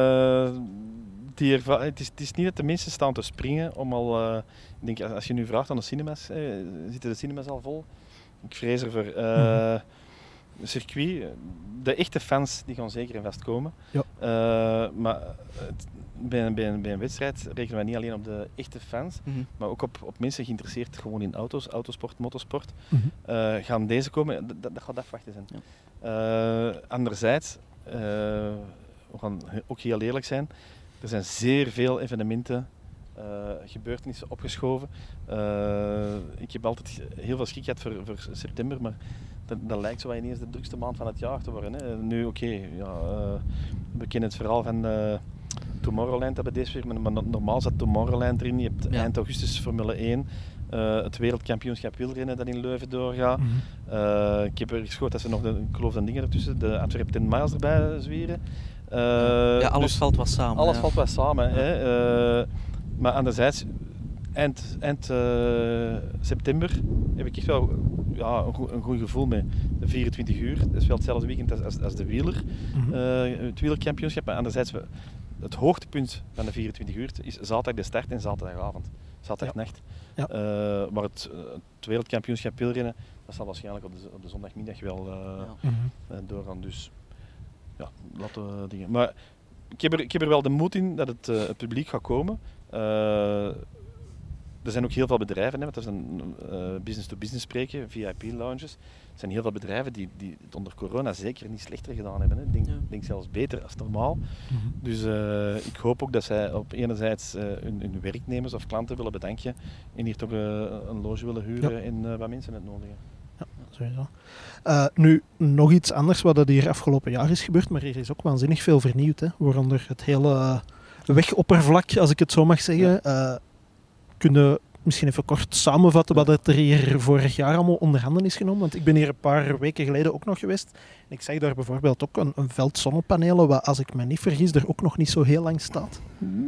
Het is niet dat de mensen staan te springen om al... ik denk, als je nu vraagt aan de cinemas, zitten de cinemas al vol? Ik vrees ervoor. Circuit, de echte fans die gaan zeker in vast komen. Ja. Maar bij een wedstrijd rekenen wij niet alleen op de echte fans, maar ook op mensen geïnteresseerd gewoon in auto's, autosport, motorsport. Gaan deze komen? Dat gaat afwachten zijn. Ja. Anderzijds, we gaan ook heel eerlijk zijn, er zijn zeer veel evenementen, gebeurtenissen opgeschoven. Ik heb altijd heel veel schrik gehad voor september, maar dat lijkt zo ineens de drukste maand van het jaar te worden. Hè. Nu, we kennen het verhaal van Tomorrowland hebben deze week, maar normaal zat Tomorrowland erin. Je hebt eind augustus Formule 1, het wereldkampioenschap wielrennen dat in Leuven doorgaat. Ik heb er geschoten dat ze nog ik geloof dat dingen ertussen, de Antwerp 10 miles erbij zwieren. Alles dus valt wat samen. Alles valt wat samen. Hè. Maar anderzijds, eind september heb ik echt wel een goed gevoel met de 24 uur. Dat is wel hetzelfde weekend als de wieler, het wielerkampioenschap. Maar anderzijds, het hoogtepunt van de 24 uur is zaterdag de start en zaterdagavond. Zaterdagnacht. Ja. Maar het wereldkampioenschap wielrennen, dat zal waarschijnlijk op de zondagmiddag wel doorgaan. Dus ja, laten we dingen. Maar ik heb er wel de moed in dat het publiek gaat komen. Er zijn ook heel veel bedrijven, want dat is een business-to-business spreken, VIP-lounges. Er zijn heel veel bedrijven die het onder corona zeker niet slechter gedaan hebben. Hè. Ik denk zelfs beter als normaal. Dus ik hoop ook dat zij op enerzijds hun werknemers of klanten willen bedanken en hier toch een loge willen huren en wat mensen uitnodigen. Ja, sowieso. Nu, nog iets anders wat er hier afgelopen jaar is gebeurd, maar er is ook waanzinnig veel vernieuwd. Hè, waaronder het hele wegoppervlak, als ik het zo mag zeggen. Kunnen misschien even kort samenvatten wat er hier vorig jaar allemaal onder handen is genomen? Want ik ben hier een paar weken geleden ook nog geweest. En ik zag daar bijvoorbeeld ook een veld zonnepanelen, wat als ik me niet vergis, er ook nog niet zo heel lang staat.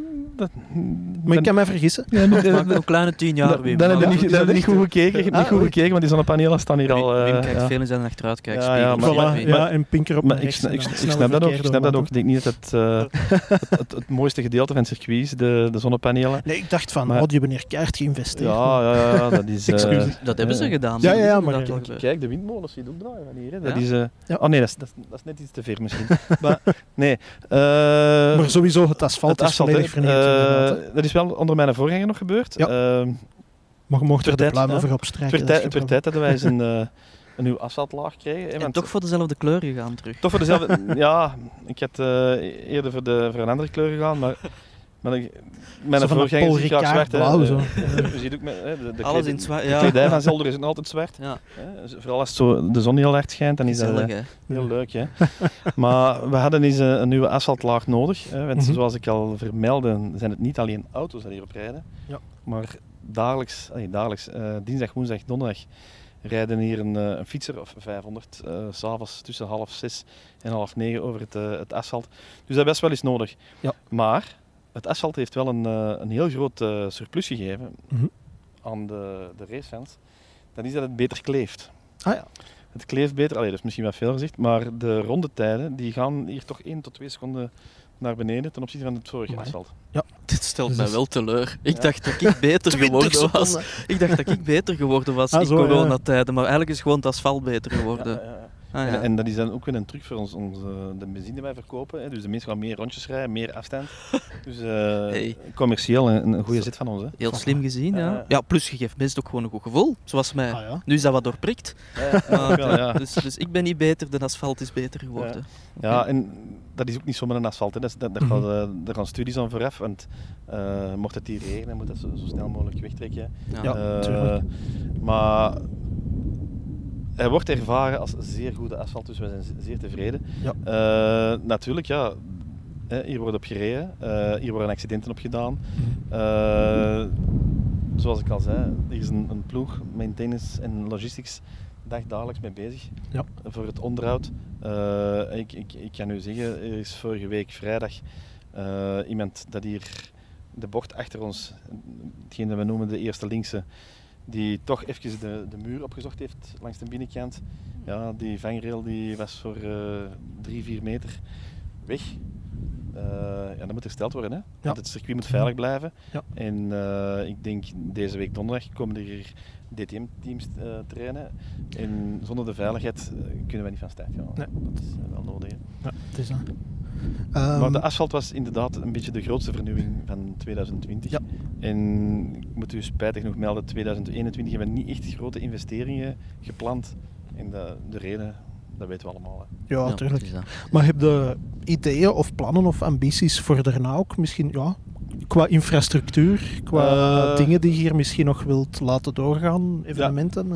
Maar ik kan mij vergissen. Ja, een kleine 10 jaar weer. Dan heb je niet goed gekeken, want die zonnepanelen staan hier al... Wim kijkt veel eens aan achteruit, kijkt en pinker op maar ik snap dat ook. Ik snap dat ook. Ik denk niet dat het mooiste gedeelte van het circuit is, de zonnepanelen. Nee, ik dacht van, die hebben hier keihard geïnvesteerd. Ja, dat is... dat hebben ze gedaan. Ja, maar kijk, de windmolens zie je ook draaien van hier. Dat is... Oh nee, dat is net iets te ver misschien. Maar nee. Maar sowieso, het asfalt is volledig vernieuwd. Dat is wel onder mijn voorganger nog gebeurd. Ja. Maar je mocht er de pluim over opstrijken. Het werd tijd dat wij eens een nieuw asfaltlaag kregen. En toch voor dezelfde kleur gegaan terug. Toch voor dezelfde... Ja, ik had eerder voor een andere kleur gegaan, maar mijn voorganger is graag zwart. Blauw, zo. Je ziet ook alles in zwart. De kledij van Zelder is altijd zwart. Ja. Vooral als de zon heel hard schijnt, dan is dat heel leuk. Hè. Maar we hadden eens een nieuwe asfaltlaag nodig. Want zoals ik al vermeldde, zijn het niet alleen auto's die hierop rijden. Ja. Maar dagelijks, dinsdag, woensdag, donderdag rijden hier een fietser of 500 s'avonds tussen 6:30 en 8:30 over het asfalt. Dus dat is best wel eens nodig. Ja. Maar het asfalt heeft wel een heel groot surplus gegeven aan de racefans. Dat is dat het beter kleeft. Ah ja. Het kleeft beter, dat is misschien wat veel gezegd, maar de rondetijden die gaan hier toch 1 tot 2 seconden naar beneden ten opzichte van het vorige asfalt. Ja. Dit stelt mij wel teleur. Ik dacht dat ik beter geworden was. In coronatijden, maar eigenlijk is gewoon het asfalt beter geworden. Ja. En dat is dan ook weer een truc voor de benzine die wij verkopen. Hè. Dus de mensen gaan meer rondjes rijden, meer afstand. Dus commercieel een goede zet van ons. Hè. Heel slim gezien, ja. Ja, plus je geeft mensen ook gewoon een goed gevoel, zoals mij. Nu is dat wat doorprikt. Dus ik ben niet beter, de asfalt is beter geworden. Ja, en dat is ook niet zomaar een asfalt. Hè. Daar gaan studies aan vooraf. Want mocht het hier regenen, moet dat zo snel mogelijk wegtrekken. Ja, natuurlijk. Maar... hij wordt ervaren als zeer goede asfalt, dus wij zijn zeer tevreden. Ja. Natuurlijk, hier wordt op gereden, hier worden accidenten op gedaan. Zoals ik al zei, er is een ploeg, maintenance en logistics, dagelijks mee bezig Ja. voor het onderhoud. Ik kan u zeggen, er is vorige week vrijdag iemand dat hier de bocht achter ons, hetgeen dat we noemen de eerste linkse, die toch even de muur opgezocht heeft langs de binnenkant. Ja, die vangrail die was voor 3-4 meter weg. Ja, dat moet hersteld worden, hè? Want het circuit moet veilig blijven. Ja. En ik denk deze week donderdag komen er hier DTM-teams trainen. En zonder de veiligheid kunnen we niet van start gaan. Nee. Dat is wel nodig. Hè? Ja, het is dat. Maar de asfalt was inderdaad een beetje de grootste vernieuwing van 2020. Ja. En ik moet u spijtig genoeg melden, 2021 hebben we niet echt grote investeringen gepland. En de reden, dat weten we allemaal. Hè. Ja, natuurlijk. het is dat. Maar heb je ideeën of plannen of ambities voor daarna ook? Misschien qua infrastructuur, qua dingen die je hier misschien nog wilt laten doorgaan, evenementen?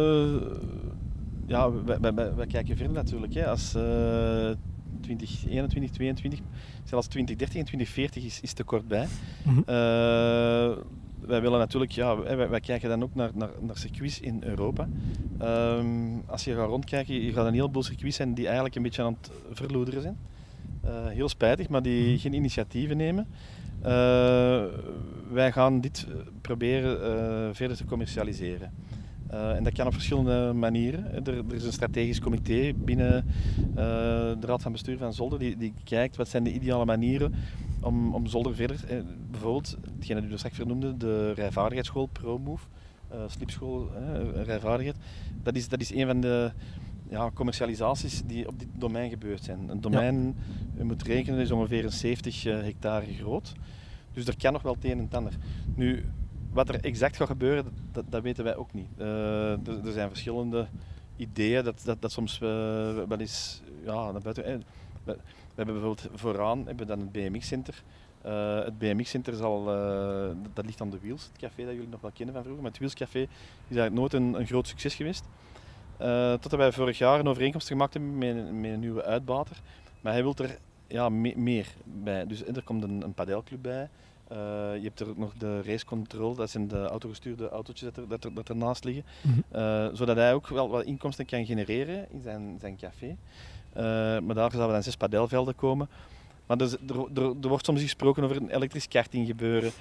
Ja, wij kijken verder natuurlijk. Hè. Als 2021, 2022, zelfs 2030 en 2040 is te kort bij. Mhm. Wij willen natuurlijk, wij kijken dan ook naar circuits in Europa. Als je gaat rondkijken, je gaat een heleboel circuits zijn die eigenlijk een beetje aan het verloederen zijn. Heel spijtig, maar die geen initiatieven nemen. Wij gaan dit proberen verder te commercialiseren. En dat kan op verschillende manieren. Er is een strategisch comité binnen de Raad van Bestuur van Zolder die kijkt wat zijn de ideale manieren om Zolder verder. Bijvoorbeeld, hetgeen dat u er straks vernoemde, de rijvaardigheidsschool ProMove, slipschool rijvaardigheid. Dat is een van de commercialisaties die op dit domein gebeurd zijn. Een domein, u moet rekenen, is ongeveer een 70 hectare groot. Dus er kan nog wel het een en het ander. Nu, wat er exact gaat gebeuren, dat weten wij ook niet. Er zijn verschillende ideeën dat soms wel eens naar buiten. We hebben bijvoorbeeld vooraan dan het BMX-center. Het BMX-center dat ligt aan de Wiels, het café dat jullie nog wel kennen van vroeger. Maar het Wielscafé is eigenlijk nooit een groot succes geweest. Totdat wij vorig jaar een overeenkomst gemaakt hebben met een nieuwe uitbater. Maar hij wil er meer bij. Dus er komt een padelclub bij. Je hebt er ook nog de racecontrol, dat zijn de autogestuurde autootjes dat ernaast liggen. Mm-hmm. Zodat hij ook wel wat inkomsten kan genereren in zijn café. Maar daar zouden dan 6 padelvelden komen. Maar er wordt soms gesproken over een elektrisch karting gebeuren.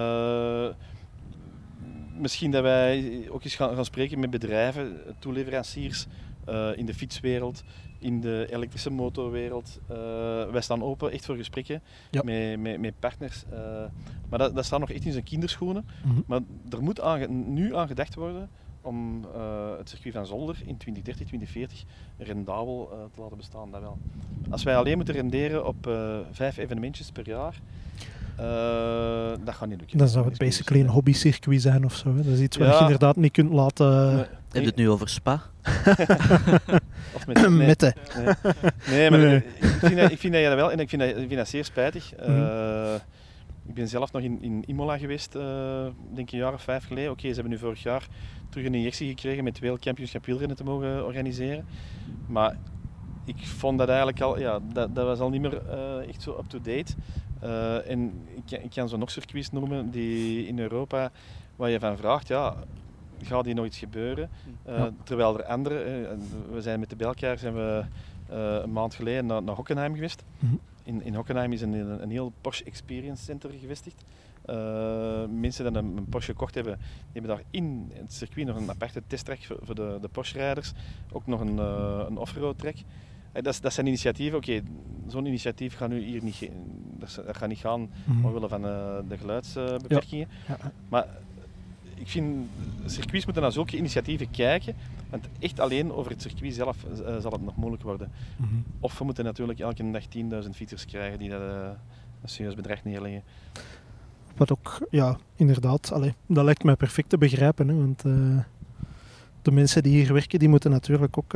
Misschien dat wij ook eens gaan spreken met bedrijven, toeleveranciers in de fietswereld, in de elektrische motorwereld. Wij staan open echt voor gesprekken met partners. Maar dat staat nog echt in zijn kinderschoenen. Mm-hmm. Maar er moet nu aan gedacht worden om het circuit van Zolder in 2030, 2040 rendabel te laten bestaan. Dat wel. Als wij alleen moeten renderen op 5 evenementjes per jaar, dat gaat niet lukken. Dan zou het basically een hobbycircuit zijn of zo. Hè? Dat is iets wat je inderdaad niet kunt laten... Heb je het nu over Spa? Of Mette. Nee, maar ik vind dat wel en ik vind dat zeer spijtig. Ik ben zelf nog in Imola geweest, denk een jaar of 5 geleden. Oké, ze hebben nu vorig jaar terug een injectie gekregen met het Wereldkampioenschap wielrennen te mogen organiseren. Maar ik vond dat eigenlijk al, dat was al niet meer echt zo up-to-date. En ik kan zo nog circuits noemen die in Europa waar je van vraagt, gaat hier nog iets gebeuren? Terwijl er andere, we zijn met de Belkaar zijn we een maand geleden naar Hockenheim geweest. Mm-hmm. In Hockenheim is een heel Porsche Experience Center gevestigd. Mensen die een Porsche gekocht hebben, die hebben daar in het circuit nog een aparte testtrack voor de Porsche-rijders. Ook nog een off-road track. Dat zijn initiatieven. Oké, zo'n initiatief gaat nu hier niet, dat gaat niet gaan omwille van de geluidsbeperkingen. Ja. Maar ik vind, circuits moeten naar zulke initiatieven kijken, want echt alleen over het circuit zelf zal het nog moeilijk worden. Mm-hmm. Of we moeten natuurlijk elke dag 10.000 fietsers krijgen die dat een serieus bedrag neerleggen. Wat ook, inderdaad, dat lijkt mij perfect te begrijpen. Hè, want de mensen die hier werken, die moeten natuurlijk ook...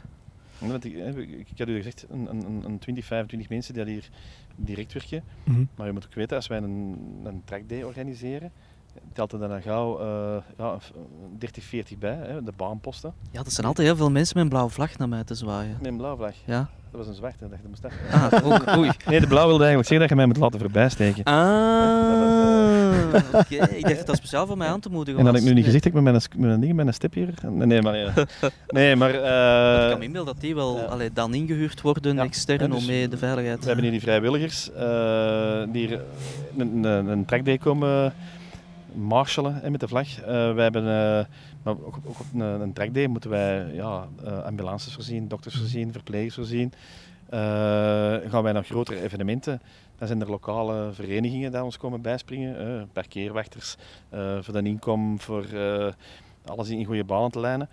Ik had u gezegd, een 20, 25 mensen die hier direct werken. Mm-hmm. Maar je moet ook weten, als wij een trackday organiseren, telt er dan gauw 30, 40 bij, hè, de baanposten. Ja, dat zijn altijd heel veel mensen met een blauwe vlag naar mij te zwaaien. Met een blauwe vlag? Ja. Dat was een zwarte, dat moest dat. Oei. Nee, de blauw wilde eigenlijk zeggen dat je mij moet laten voorbijsteken. Oké. Ik dacht dat dat speciaal voor mij aan te moedigen En was. dan heb ik nu niet Nee. gezegd dat ik met mijn step hier... Nee, maar... Nee, maar... Ik kan me inbeelden dat die wel dan ingehuurd worden, Ja. extern, Ja, dus om mee de veiligheid... We hebben hier die vrijwilligers die hier een trackday komen marshalen met de vlag. Wij hebben, maar ook op een trackday moeten wij ambulances voorzien, dokters voorzien, verplegers voorzien. Gaan wij naar grotere evenementen, dan zijn er lokale verenigingen die ons komen bijspringen. Parkeerwachters, voor de inkom, voor alles in goede banen te lijnen.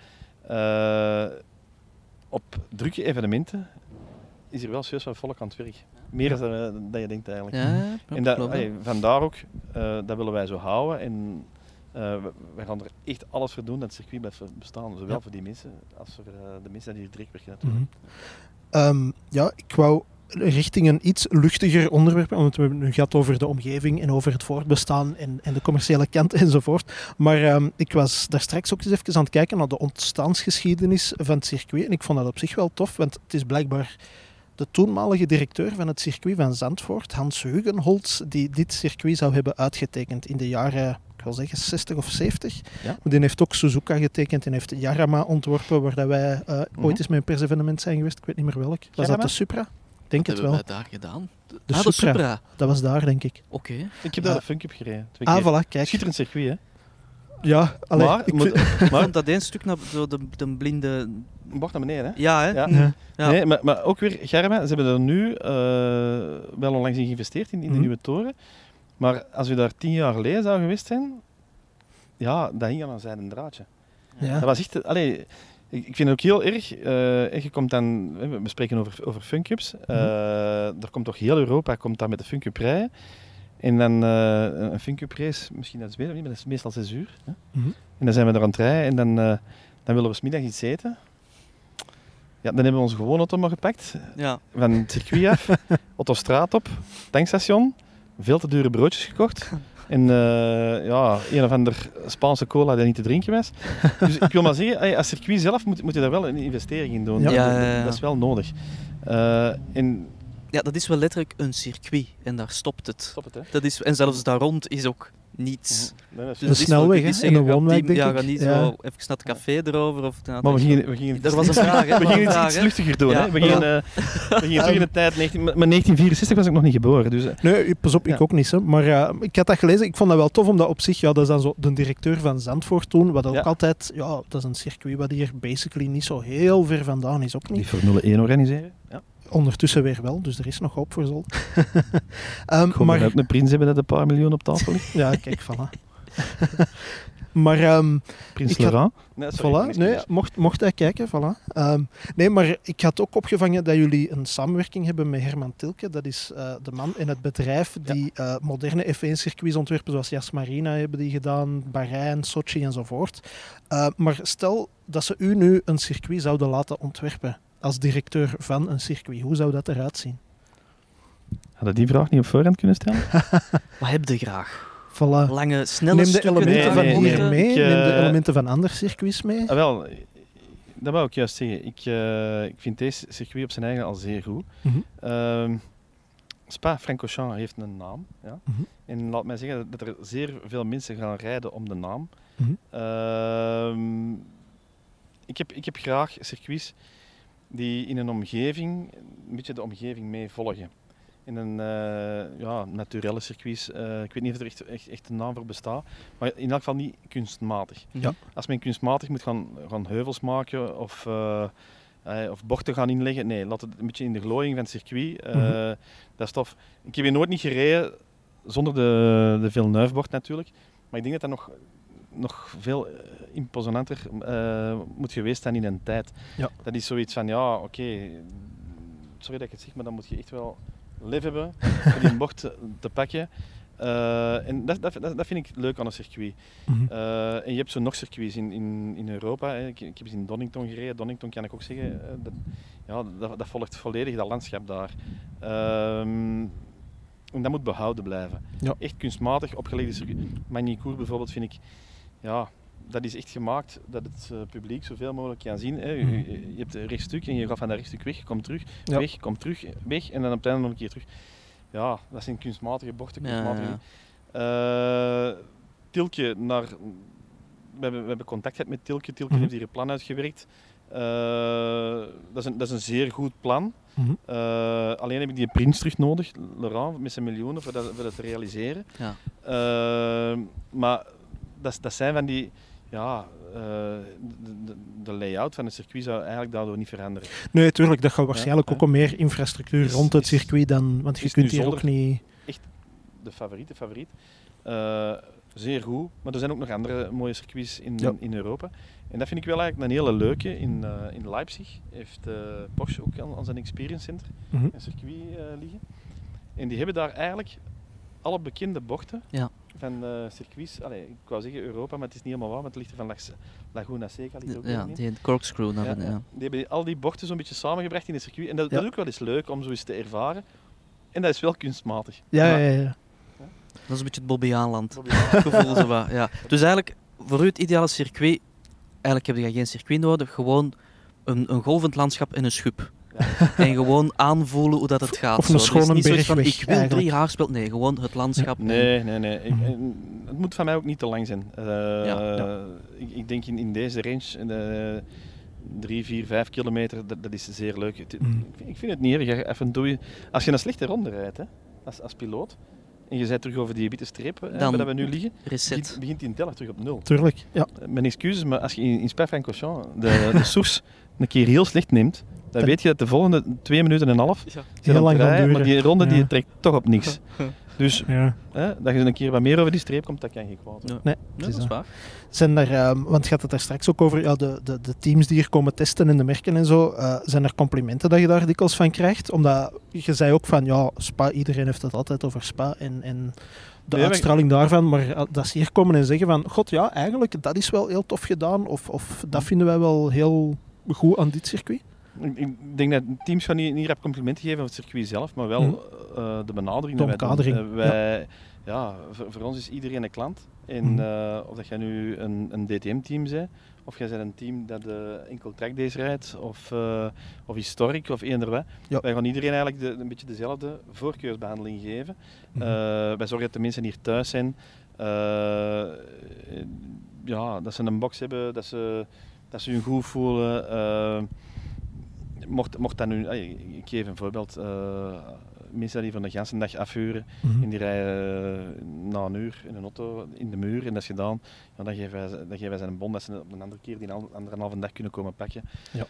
Op drukke evenementen is er wel serieus wat volk aan het werk. Meer dan je denkt eigenlijk. Ja, En vandaar ook, dat willen wij zo houden. En wij gaan er echt alles voor doen dat het circuit blijft bestaan. Zowel voor die mensen als voor de mensen die hier direct werken natuurlijk. Ik wou richting een iets luchtiger onderwerp, want we hebben nu gehad over de omgeving en over het voortbestaan en de commerciële kant enzovoort. Maar ik was daar straks ook eens even aan het kijken naar de ontstaansgeschiedenis van het circuit. En ik vond dat op zich wel tof, want het is blijkbaar de toenmalige directeur van het circuit van Zandvoort, Hans Hugenholz, die dit circuit zou hebben uitgetekend in de jaren, ik wil zeggen 60 of 70. Ja. Die heeft ook Suzuka getekend en heeft Jarama ontworpen, waar dat wij ooit eens met een persevenement zijn geweest. Ik weet niet meer welk. Was Jarama? dat de Supra? Ik denk Wat het wel. hebben wij daar gedaan? De de Supra. Dat was daar, denk ik. Oké. Ik heb daar de Fun Cup gereden. 2 keer. Voilà, kijk. Schitterend circuit, hè? Ja, allee, Maar, Ik vond dat één stuk naar zo de blinde... Wacht naar beneden, hè? Ja, hè? Ja. Ja. Nee, maar ook weer, Germa, ze hebben er nu wel onlangs in geïnvesteerd, in de nieuwe toren. Maar als u daar 10 jaar geleden zou geweest zijn, ja, dat hing aan een zijden draadje. Ja. Dat was echt... Ik vind het ook heel erg... je komt dan... We spreken over Funcups. Er komt toch heel Europa komt daar met de Funcup rijden. En dan een Funcup race, misschien dat is beter, maar dat is meestal 6 uur. Hè? En dan zijn we er aan het rijden en dan willen we 's middag iets eten. Ja, dan hebben we onze gewone auto maar gepakt. Ja. Van het circuit af, autostraat op, tankstation, veel te dure broodjes gekocht. En een of ander Spaanse cola dat niet te drinken was. Dus ik wil maar zeggen, als circuit zelf moet je daar wel een investering in doen. Ja. Dat is wel nodig. Ja, dat is wel letterlijk een circuit en daar stopt het. Stop het, hè? Dat is, en zelfs daar rond is ook niets. Nee, dat is Dus De dat is snelweg, wel- hè, die in een zeggen, woonwijk, die- denk ja, ik. ga niet Ja. zo even naar het café erover. Of Maar we gingen dat was een vraag, hè? we Dat was gingen een vraag, iets hè? luchtiger doen. Ja. Hè? We gingen terug in de tijd... Maar 1964 was ik nog niet geboren. Dus, Nee, pas op, ik Ja. ook niet. Hè. Maar ik had dat gelezen. Ik vond dat wel tof, omdat op zich, dat is dan zo de directeur van Zandvoort toen, wat ook Ja. altijd, dat is een circuit wat hier basically niet zo heel ver vandaan is, ook die niet. Formule 1 organiseren. Ja. Ondertussen weer wel, dus er is nog hoop voor Zol. Ik hoop maar dat we ook een prins hebben dat een paar miljoen op tafel ligt. ja, kijk, voilà. Maar Prins Ik had- Laurent. voilà, nee, mocht hij kijken, voilà. Nee, maar ik had ook opgevangen dat jullie een samenwerking hebben met Herman Tilke. Dat is de man in het bedrijf die moderne F1-circuits ontwerpen, zoals Yas Marina hebben die gedaan, Bahrein, Sochi enzovoort. Maar stel dat ze u nu een circuit zouden laten ontwerpen als directeur van een circuit. Hoe zou dat eruit zien? Hadden die vraag niet op voorhand kunnen stellen? Wat heb je graag? Voilà. Lange, snelle Neem de stukken elementen die van van hier hier mee, Ik, neem de elementen van andere circuits mee. Wel, dat wou ik juist zeggen. Ik vind deze circuit op zijn eigen al zeer goed. Spa-Francorchamps heeft een naam. Ja? Mhm. En laat mij zeggen dat er zeer veel mensen gaan rijden om de naam. Mhm. Ik heb graag circuits die in een omgeving, een beetje de omgeving mee volgen. In een naturelle circuits, ik weet niet of er echt een naam voor bestaat, maar in elk geval niet kunstmatig. Ja. Als men kunstmatig moet gaan heuvels maken of bochten gaan inleggen, nee, laat het een beetje in de glooiing van het circuit. Dat is tof. Ik heb hier nooit niet gereden zonder de Villeneuve-bocht natuurlijk, maar ik denk dat dat nog veel imposonanter moet geweest zijn in een tijd. Ja. Dat is zoiets van, oké, sorry dat ik het zeg, maar dan moet je echt wel lef hebben om die bocht te pakken. En dat vind ik leuk aan een circuit. En je hebt zo nog circuits in Europa. Hè. Ik heb eens in Donington gereden. Donington kan ik ook zeggen, dat volgt volledig dat landschap daar. En dat moet behouden blijven. Ja. Echt kunstmatig opgelegde circuit. Magny-Cours bijvoorbeeld vind ik, dat is echt gemaakt dat het publiek zoveel mogelijk kan zien. Hè. Je hebt een rechtstuk en je gaat van dat rechtstuk weg, komt terug, weg, komt terug, weg en dan op het einde nog een keer terug. Ja, dat zijn kunstmatige bochten, kunstmatige... Tilke we hebben contact gehad met Tilke. Tilke Mhm. heeft hier een plan uitgewerkt. Dat is een zeer goed plan. Mhm. Alleen heb ik die prins terug nodig, Laurent, met zijn miljoenen, voor dat te realiseren. Ja. Maar dat zijn van die... Ja, de layout van het circuit zou eigenlijk daardoor niet veranderen. Nee, tuurlijk, dat gaat waarschijnlijk Ja, ook om meer infrastructuur Is- rond het is- circuit dan... Want je is kunt nu hier ook zonder- niet... De favoriet. Zeer goed, maar er zijn ook nog andere mooie circuits in Europa. En dat vind ik wel eigenlijk een hele leuke. In Leipzig heeft Porsche ook aan zijn Experience Center Mhm. een circuit liggen. En die hebben daar eigenlijk alle bekende bochten van circuits. Allee, ik wou zeggen Europa, maar het is niet helemaal waar, want het ligt er van Laguna Seca. Ligt er ook Ja, in. die corkscrew naar beneden. Ja. Die hebben al die bochten zo'n beetje samengebracht in het circuit. En dat is ook wel eens leuk om zo eens te ervaren. En dat is wel kunstmatig. Ja. Dat is een beetje het Bobbejaanland. Gevoel zo wat, ja. Dus eigenlijk, voor u het ideale circuit, eigenlijk heb je geen circuit nodig, gewoon een golvend landschap en een schub. Ja. En gewoon aanvoelen hoe dat het gaat. Of een zo. schone Er is niet zoiets van, bergweg, ik wil eigenlijk. 3 haarspel. Nee, gewoon het landschap. Nee. Mhm. Het moet van mij ook niet te lang zijn. Ja. Ik denk in deze range, 3, 4, 5 kilometer, dat is zeer leuk. Ik vind het niet erg. Even als je een slechte ronde rijdt, hè, als piloot, en je bent terug over die witte streep waar we nu liggen, Reset. begint die teller terug op 0. Tuurlijk, ja. Mijn excuses, maar als je in Spa-Francorchamps de source een keer heel slecht neemt, dan weet je dat de volgende 2 minuten en een half Heel lang gaan duren. maar die ronde Ja. die trekt toch op niks. Dus Ja. dat je een keer wat meer over die streep komt, dat kan geen kwaad. Ja. Nee, Ja, het is dat is waar. Zijn er, want je had het daar straks ook over, de teams die hier komen testen en de merken en zo. Zijn er complimenten dat je daar dikwijls van krijgt? Omdat je zei ook van, ja, Spa, iedereen heeft het altijd over Spa en de Nee, uitstraling daarvan. Maar dat ze hier komen en zeggen van, god ja, eigenlijk, dat is wel heel tof gedaan. Of dat vinden wij wel heel goed aan dit circuit. Ik denk dat teams gaan niet rap complimenten geven over het circuit zelf, maar wel de benadering. De dat wij omkadering, doen. Wij, voor ons is iedereen een klant. En of dat jij nu een DTM-team bent, of jij bent een team dat enkel track days rijdt, of historic, of eender wat. Ja. Wij gaan iedereen eigenlijk een beetje dezelfde voorkeursbehandeling geven. Wij zorgen dat de mensen hier thuis zijn. Dat ze een box hebben, dat ze hun goed voelen. Mocht dat nu, ik geef een voorbeeld, mensen die van de ganse dag afhuren en die rijden na een uur in een auto in de muur en dat is gedaan, ja, dan geven wij ze een bon dat ze op een andere keer die anderhalve dag kunnen komen pakken.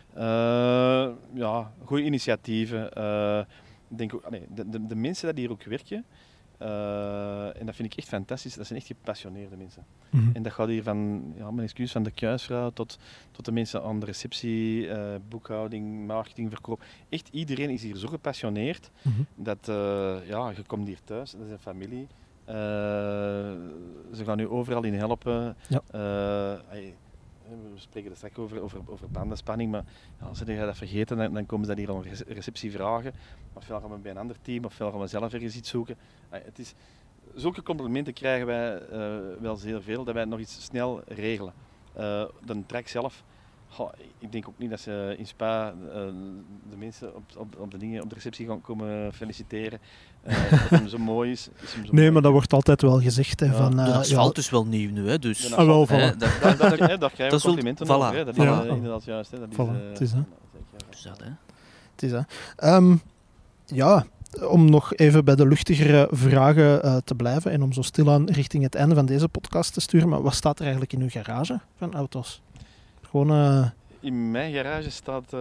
Goede initiatieven. Ik denk ook, de mensen die hier ook werken, en dat vind ik echt fantastisch, dat zijn echt gepassioneerde mensen. En dat gaat hier van, mijn excuus, van de kuisvrouw tot de mensen aan de receptie, boekhouding, marketing, verkoop. Echt iedereen is hier zo gepassioneerd dat je komt hier thuis, dat is een familie. Ze gaan u overal in helpen. Ja. We spreken er straks over bandenspanning, maar als je dat vergeten, dan komen ze dat hier aan receptie vragen. Ofwel gaan we bij een ander team, ofwel gaan we zelf ergens iets zoeken. Zulke complimenten krijgen wij wel zeer veel, dat wij het nog iets snel regelen. De track zelf, ik denk ook niet dat ze in Spa de mensen op de receptie gaan komen feliciteren. Dat hem zo mooi is. Nee, maar dat wordt altijd wel gezegd. Hè, Ja. van, De asfalt is wel nieuw nu, hè, dus... De wel, Hè, voilà. Daar krijgen we dat complimenten voilà. over. Hè. Dat is Ja. inderdaad juist. Hè. Dat Voilà, het is, hè. Dus dat, hè. Het is, hè. Om nog even bij de luchtigere vragen te blijven en om zo stilaan richting het einde van deze podcast te sturen. Maar wat staat er eigenlijk in uw garage van auto's? Gewoon... In mijn garage staat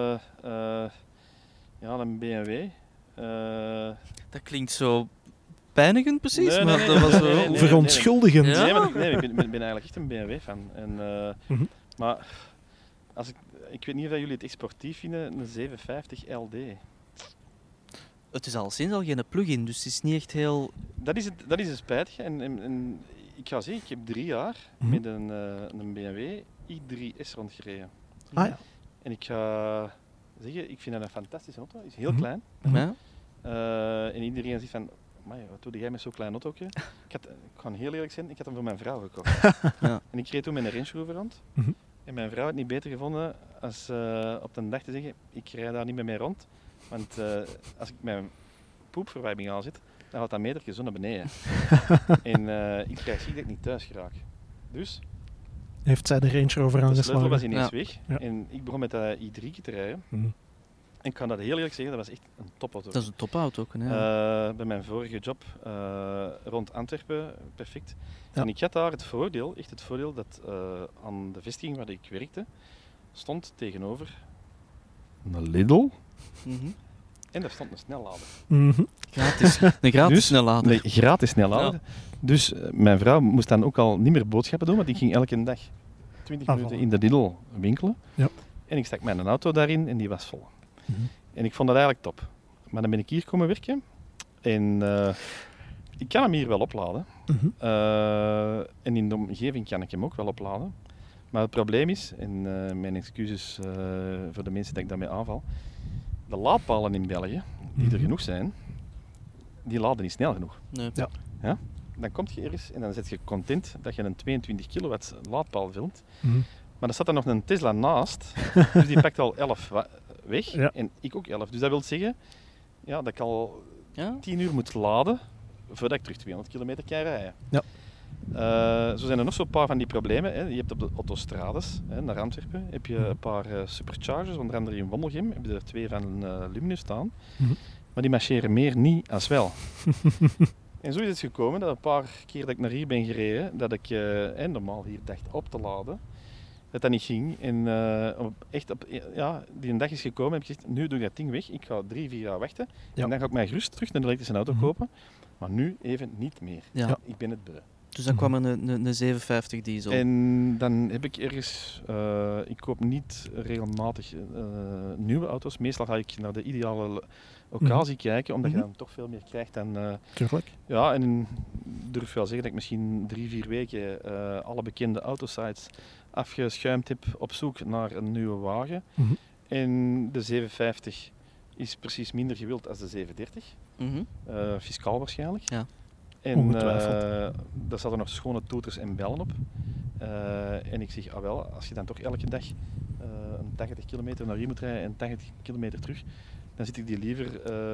een BMW. Dat klinkt zo pijnigend precies, Nee, maar nee, dat was nee, zo... nee, nee. verontschuldigend. Ja. Nee, maar ik ben eigenlijk echt een BMW-fan. Maar ik weet niet of jullie het echt sportief vinden, een 750 LD. Het is al geen plug-in, dus het is niet echt heel... Dat is het spijtige. En ik ga zeggen, ik heb 3 jaar met een BMW i3S rondgereden. Ah ja. En ik ga zeggen, ik vind dat een fantastische auto. Het is heel klein. Ja? En iedereen zegt van, wat doe jij met zo'n klein autootje? Ik ga heel eerlijk zijn, ik had hem voor mijn vrouw gekocht. Ja. En ik reed toen met een Range Rover rond. En mijn vrouw had het niet beter gevonden als op de dag te zeggen, ik rijd daar niet meer mee rond. Want als ik mijn poepverwarming aanzet, dan gaat dat metertje zo naar beneden. En ik krijg zie dat ik niet thuis geraak. Dus Heeft zij de Range Rover de sleutel was aangeslagen? ineens weg. Ja. En ik begon met dat i3 te rijden. Mhm. En ik kan dat heel eerlijk zeggen, dat was echt een topauto. Dat is een topauto ook. Ja. Bij mijn vorige job rond Antwerpen, perfect. Ja. En ik had daar het voordeel dat aan de vestiging waar ik werkte, stond tegenover een Lidl Mhm. en daar stond een snellader. Mhm. Gratis. Een gratis Dus- snellader. Nee, gratis snellader. Ja. Dus mijn vrouw moest dan ook al niet meer boodschappen doen, want ik ging elke dag 20 Ah, minuten voilà. in de Lidl winkelen. Ja. En ik stak mijn auto daarin en die was vol. Mhm. En ik vond dat eigenlijk top. Maar dan ben ik hier komen werken en ik kan hem hier wel opladen. Mhm. En in de omgeving kan ik hem ook wel opladen. Maar het probleem is, en mijn excuses voor de mensen dat ik daarmee aanval, de laadpalen in België, die er Mhm. genoeg zijn, die laden niet snel genoeg. Nee. Ja. Dan kom je ergens en dan zit je content dat je een 22 kilowatt laadpaal filmt. Mhm. Maar er staat er nog een Tesla naast, dus die pakt al 11 weg Ja. en ik ook 11. Dus dat wil zeggen ja, dat ik al Ja? 10 uur moet laden voordat ik terug 200 kilometer kan rijden. Ja. Zo zijn er nog zo'n paar van die problemen. Hè. Je hebt op de autostrades naar Antwerpen heb je een paar superchargers, onder andere in Wommelgem heb je er 2 van Luminus staan. Mhm. Maar die marcheren meer niet als wel. En zo is het gekomen dat een paar keer dat ik naar hier ben gereden, dat ik normaal hier dacht op te laden, dat niet ging. En die een dag is gekomen en heb ik gezegd, nu doe ik dat ding weg, ik ga 3-4 jaar wachten. Ja. En dan ga ik mij gerust terug een elektrische auto Mhm. kopen. Maar nu even niet meer. Ja. Ja. Ik ben het beu. Dus dan kwam er een 750 diesel. En dan heb ik ergens, ik koop niet regelmatig nieuwe auto's. Meestal ga ik naar de ideale occasie kijken, omdat je Mhm. dan toch veel meer krijgt dan... Tuurlijk. ja, en ik durf wel zeggen dat ik misschien 3-4 weken alle bekende autosites afgeschuimd heb op zoek naar een nieuwe wagen. Mhm. En de 750 is precies minder gewild als de 730. Mhm. Fiscaal waarschijnlijk. Ja. En Ongetwijfeld. daar zaten nog schone toeters en bellen op. En ik zeg, als je dan toch elke dag een 80 kilometer naar hier moet rijden en 80 kilometer terug, dan zit ik die liever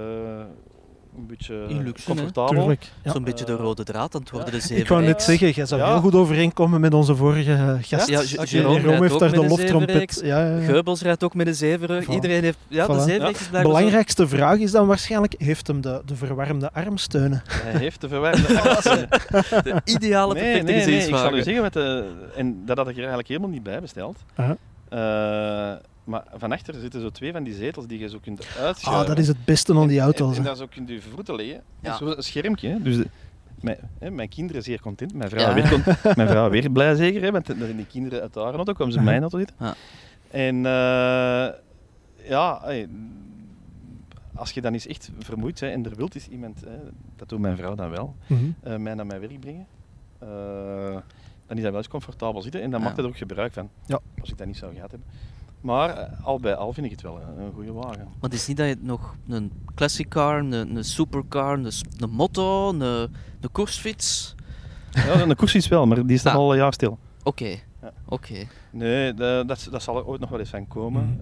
een beetje In luxe, comfortabel. Tuurlijk. Ja. Zo'n beetje de rode draad aan het worden, de 7. Ik wou net zeggen, jij zou Ja. heel goed overeenkomen met onze vorige gast. Ja, Oké, Jerome Jerome rijdt heeft ook daar met de een loftrompet. zevenreeks. Ja. Geubels rijdt ook met een 7. Voilà. Iedereen heeft... Ja, de Voilà. 7 is De blijkbaar belangrijkste vraag is dan waarschijnlijk, heeft hem de verwarmde armsteunen? Hij heeft de verwarmde armsteunen. zo de ideale, perfecte nee, ik zal gezinswagen. u zeggen, en dat had ik er eigenlijk helemaal niet bij besteld. Aha. Maar van achter zitten zo 2 van die zetels die je zo kunt uitschuiven. Ah, dat is het beste aan die auto's. En hè. daar zo kunt u voeten leggen. Ja. Zo'n schermpje. Hè. Dus mijn kinderen zeer content. Mijn vrouw, Ja. mijn vrouw weer blij zeker, hè, want dan zijn die kinderen uit haar auto, komen ze in mijn auto zitten. Ja. En als je dan eens echt vermoeid bent en er wilt is iemand, dat doet mijn vrouw dan wel, Mhm. mij naar mijn werk brengen, dan is dat wel eens comfortabel zitten en dan Ja. maakt het ook gebruik van, Ja. als ik dat niet zou gehad hebben. Maar al bij al vind ik het wel een goede wagen. Maar het is niet dat je nog een classic car, een supercar, een motto, een koersfiets... Ja, een koersfiets wel, maar die staat Ah. al een jaar stil. Oké. Ja. Oké. Nee, dat zal er ooit nog wel eens van komen.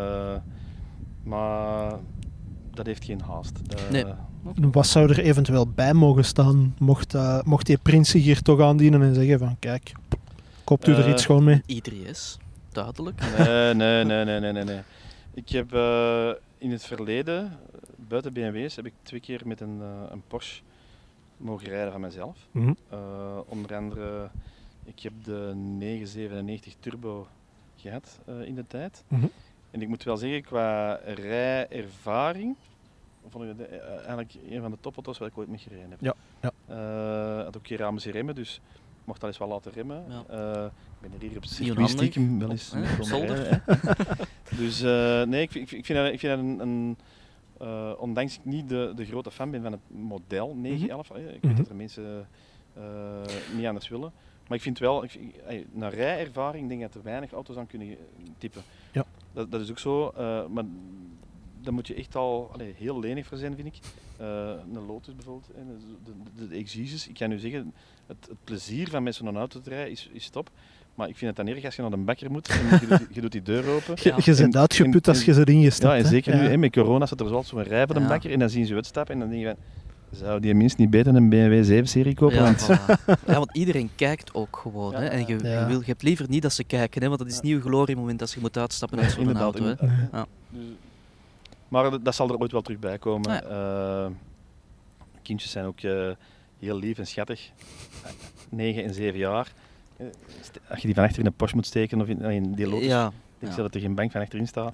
Maar dat heeft geen haast. Nee. Wat zou er eventueel bij mogen staan, mocht die prins zich hier toch aandienen en zeggen van, kijk, koopt u er iets schoon mee? i3S, duidelijk. Nee. Ik heb in het verleden, buiten BMW's, heb ik 2 keer met een Porsche mogen rijden van mezelf. Mhm. Onder andere, ik heb de 997 Turbo gehad in de tijd. Mhm. En ik moet wel zeggen, qua rijervaring, vond ik het eigenlijk een van de topauto's waar ik ooit mee gereden heb. Ja. Had ook keramische remmen, dus ik mocht al eens wel laten remmen. Ja. Ik ben er hier op het Niet circuit onhandig. stiekem wel eens Hè, mee komen zolder. rijden, hè. Dus nee, ik vind dat een ondanks ik niet de grote fan ben van het model 911, ik weet dat er mensen niet anders willen. Maar ik vind wel, naar rijervaring denk ik dat er weinig auto's aan kunnen typen. Ja. Dat is ook zo, maar daar moet je echt al heel lenig voor zijn, vind ik. Een Lotus bijvoorbeeld, de Exeges. Ik kan nu zeggen, het plezier van met zo'n auto te rijden is top. Maar ik vind het dan erg als je naar de bakker moet en je doet die deur open. Ja. Je bent uitgeput als je ze erin gestapt. Ja, en zeker hè? nu, met corona zit er zoals zo'n rij voor de Ja. bakker en dan zien ze uitstappen en dan denk je van, Zou die minst niet beter een BMW 7-serie kopen? Ja, Want voilà. Ja, want iedereen kijkt ook gewoon. Ja, Hè? En je, ja. je hebt liever niet dat ze kijken, hè? Want dat is niet je gloriemoment als je moet uitstappen uit zo'n inderdaad, auto. Hè? inderdaad. Ja. Dus- maar dat zal er ooit wel terug bij komen. Ja. Kindjes zijn ook heel lief en schattig. 9 en 7 jaar. Als je die van achter in een Porsche moet steken of in die Lotus, Ja, denk ja. je dat er geen bank van achterin staat.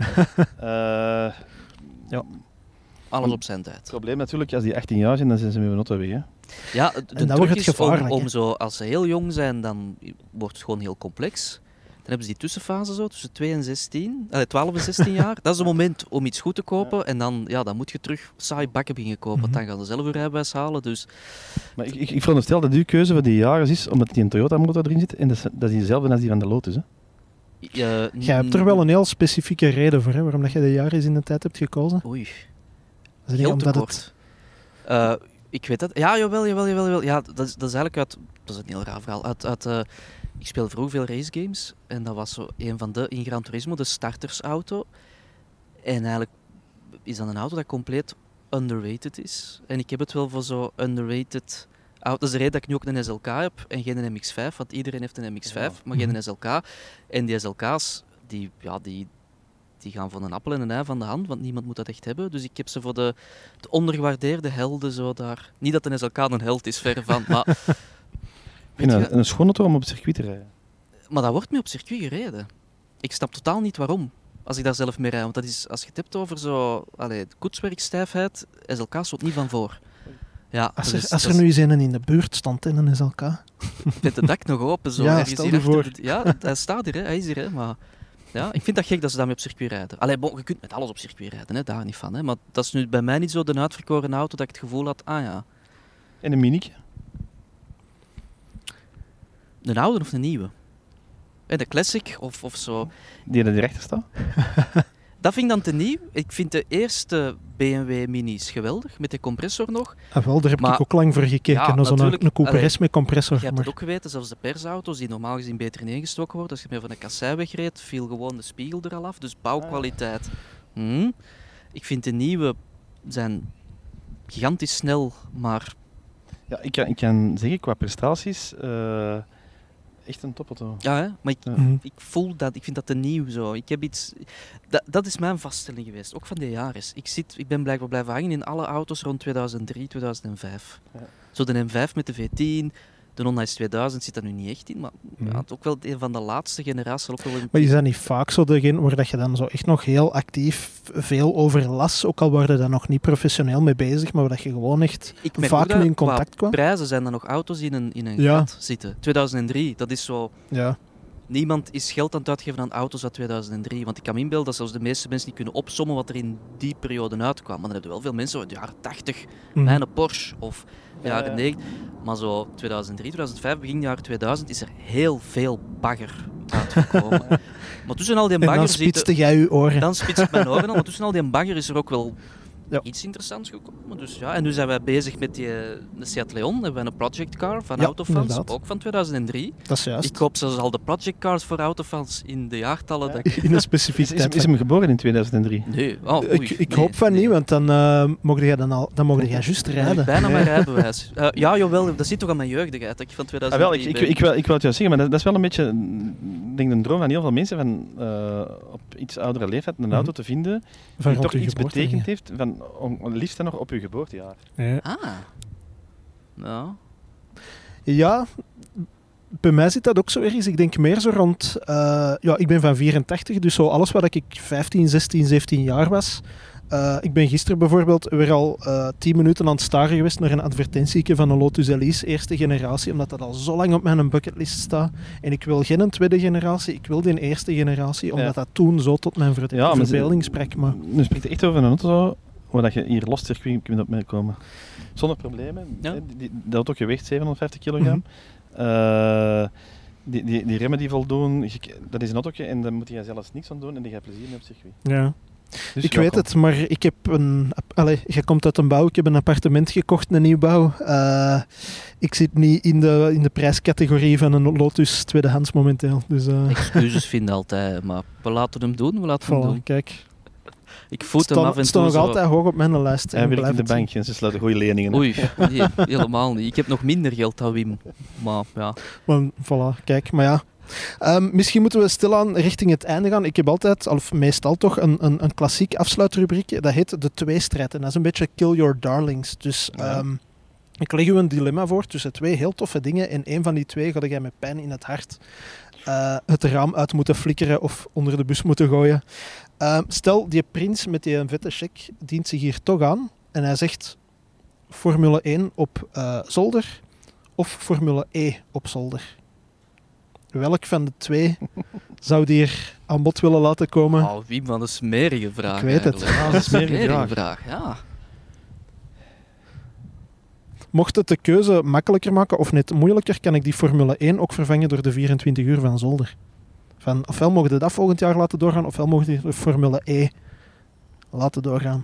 Ja. Alles op zijn Het tijd. probleem natuurlijk, als die 18 jaar zijn, dan zijn ze met hun auto weg. Hè. Ja, de dan wordt truc het is gevaarlijk, om hè? zo, als ze heel jong zijn, dan wordt het gewoon heel complex. Dan hebben ze die tussenfase zo, tussen 12 en 16 jaar. Dat is het moment om iets goed te kopen. En dan, ja, dan moet je terug saai bakken beginnen kopen. Want dan gaan ze zelf een rijbewijs halen. Dus Maar ik veronderstel dat uw keuze van die jaren is, omdat die een Toyota-motor erin zit, en dat is diezelfde als die van de Lotus. Hè. Jij hebt er wel een heel specifieke reden voor, hè, waarom dat je de jaren in de tijd hebt gekozen. Oei, Dat is niet heel omdat te het... kort. Ik weet dat. Ja, jawel. Ja, dat is eigenlijk uit... Dat is een heel raar verhaal. Ik speel vroeger veel racegames. En dat was zo een van de in Gran Turismo, de startersauto. En eigenlijk is dat een auto dat compleet underrated is. En ik heb het wel voor zo underrated auto. Dat is de reden dat ik nu ook een SLK heb en geen een MX-5. Want iedereen heeft een MX-5, maar geen een SLK. En die SLK's, die gaan van een appel en een ei van de hand, want niemand moet dat echt hebben. Dus ik heb ze voor de ondergewaardeerde helden zo daar. Niet dat een SLK een held is, verre van. Maar, Ik vind dat een schoon auto om op het circuit te rijden. maar dat wordt mee op circuit gereden. Ik snap totaal niet waarom. Als ik daar zelf mee rijd. Want dat is, als je het hebt over zo, koetswerkstijfheid, SLK stond niet van voor. Ja, Als er nu eens een in de buurt stond in een SLK. met het dak nog open. Zo, Ja, ergens stel hier je achter voor. ja, hij staat hier, hè, hij is hier. Hè, maar ja, ik vind dat gek dat ze daarmee op circuit rijden. Allee, bon, je kunt met alles op circuit rijden, hè, daar niet van. Hè, maar dat is nu bij mij niet zo de uitverkoren auto dat ik het gevoel had, ah ja, En een minietje. een oude of een nieuwe. En de classic of zo. Die er rechter staat. Dat vind ik dan te nieuw. Ik vind de eerste BMW Minis geweldig, met de compressor nog. Ah, wel, daar heb Maar- ik ook lang voor gekeken. Ja, naar zo'n natuurlijk. een Cooper Allee, S met compressor. Je hebt Maar het ook geweten, zelfs de persauto's die normaal gezien beter ineengestoken worden. Als je meer van een kassei wegreed, viel gewoon de spiegel er al af. Dus bouwkwaliteit. Ik vind de nieuwe zijn gigantisch snel, maar Ja, ik kan zeggen, qua prestaties, echt een topauto. ja, hè? Maar Ja. ik voel dat, ik vind dat te nieuw zo. Ik heb iets, dat is mijn vaststelling geweest, ook van de jaren. Ik ben blijkbaar blijven hangen in alle auto's rond 2003, 2005. Ja. Zo de M5 met de V10, de Honda S2000 zit daar nu niet echt in, maar ja, het is ook wel een van de laatste generaties. Ook wel Maar is dat niet vaak zo degene waar dat je dan zo echt nog heel actief veel over las, ook al waren daar nog niet professioneel mee bezig, maar waar dat je gewoon echt Ik merk vaak ook dat mee in contact qua kwam? prijzen zijn er nog auto's die in een Ja. gat zitten. 2003, dat is zo... Ja. Niemand is geld aan het uitgeven aan auto's uit 2003. Want ik kan me inbeelden dat zelfs de meeste mensen niet kunnen opsommen wat er in die periode uitkwam. Maar dan hebben wel veel mensen uit de jaren 80, Mhm. mijn Porsche of de Ja, jaren ja. 90. Maar zo 2003, 2005, begin jaren 2000 is er heel veel bagger uitgekomen. Maar tussen al die En dan bagger zitten... spitste jij je oren. Dan spits ik mijn oren al, maar tussen al die bagger is er ook wel Ja. iets interessants gekomen. Dus, ja. En nu zijn wij bezig met de Seat Leon. Hebben wij een project car van Ja, Autofans, inderdaad. ook van 2003. Dat is juist. Ik koop zelfs al de project cars voor Autofans in de jaartallen. Ja. Dat ik... In een specifieke tijd. Is hem geboren in 2003? Nee, oh, oei, Ik hoop van nee. niet, want dan mocht jij dan mocht jij juist Dan heb ik rijden. bijna mijn rijbewijs. Ja, jawel, dat zit toch aan mijn jeugdigheid, dat ik van Ah, 2003 wel, ben. ik wil het juist zeggen, maar dat is wel een beetje ik denk de droom van heel veel mensen van op iets oudere leeftijd een auto te vinden Van die rond toch je iets geboorte, betekend heeft, liefst dan nog op je geboortejaar. Ja. Ah. Ja. Ja, bij mij zit dat ook zo ergens. Ik denk meer zo rond... ja, ik ben van 84, dus zo alles wat ik 15, 16, 17 jaar was. Ik ben gisteren bijvoorbeeld weer al 10 minuten aan het staren geweest naar een advertentieke van een Lotus Elise eerste generatie, omdat dat al zo lang op mijn bucketlist staat. En ik wil geen tweede generatie, ik wil die eerste generatie, omdat dat toen zo tot mijn Ja, maar verbeelding sprak. Maar Nu spreekt het echt over een auto waar dat je hier los circuit kunt op mee komen. Zonder problemen. Ja. Hè, de auto weegt 750 kilogram. Die remmen die voldoen, dat is een autootje en daar moet je zelfs niks aan doen en die gaat plezier mee op circuit. ja. Dus Ik weet het, maar ik heb je komt uit een bouw, ik heb een appartement gekocht, een nieuwbouw. Ik zit niet in de prijscategorie van een Lotus tweedehands momenteel. Dus Excuses vinden altijd, maar we laten hem doen, we laten hem voilà, doen. kijk. Ik voed hem af en Staan toe nog zo. altijd hoog op mijn lijst. Hij en werkt in blijf de het bank en ze sluiten goede leningen. Oei, nee, helemaal niet. Ik heb nog minder geld dan Wim. Maar ja, zien. Maar, voilà, kijk, maar ja. Misschien moeten we stilaan richting het einde gaan. Ik heb altijd, of meestal toch, een klassiek afsluitrubriekje. Dat heet de tweestrijd. En dat is een beetje kill your darlings. Dus ik leg u een dilemma voor tussen twee heel toffe dingen. En één van die twee ga jij met pijn in het hart het raam uit moeten flikkeren of onder de bus moeten gooien. Stel, die prins met die vette check dient zich hier toch aan. En hij zegt Formule 1 op zolder of Formule E op zolder. Welk van de twee zou die er aan bod willen laten komen? oh, Wim, wat een smerige vraag. Ik weet het. eigenlijk. Ah, dat is een smerige vraag, ja. Mocht het de keuze makkelijker maken of net moeilijker, kan ik die Formule 1 ook vervangen door de 24 uur van zolder. Van, ofwel mogen we dat volgend jaar laten doorgaan, ofwel mogen we de Formule E laten doorgaan.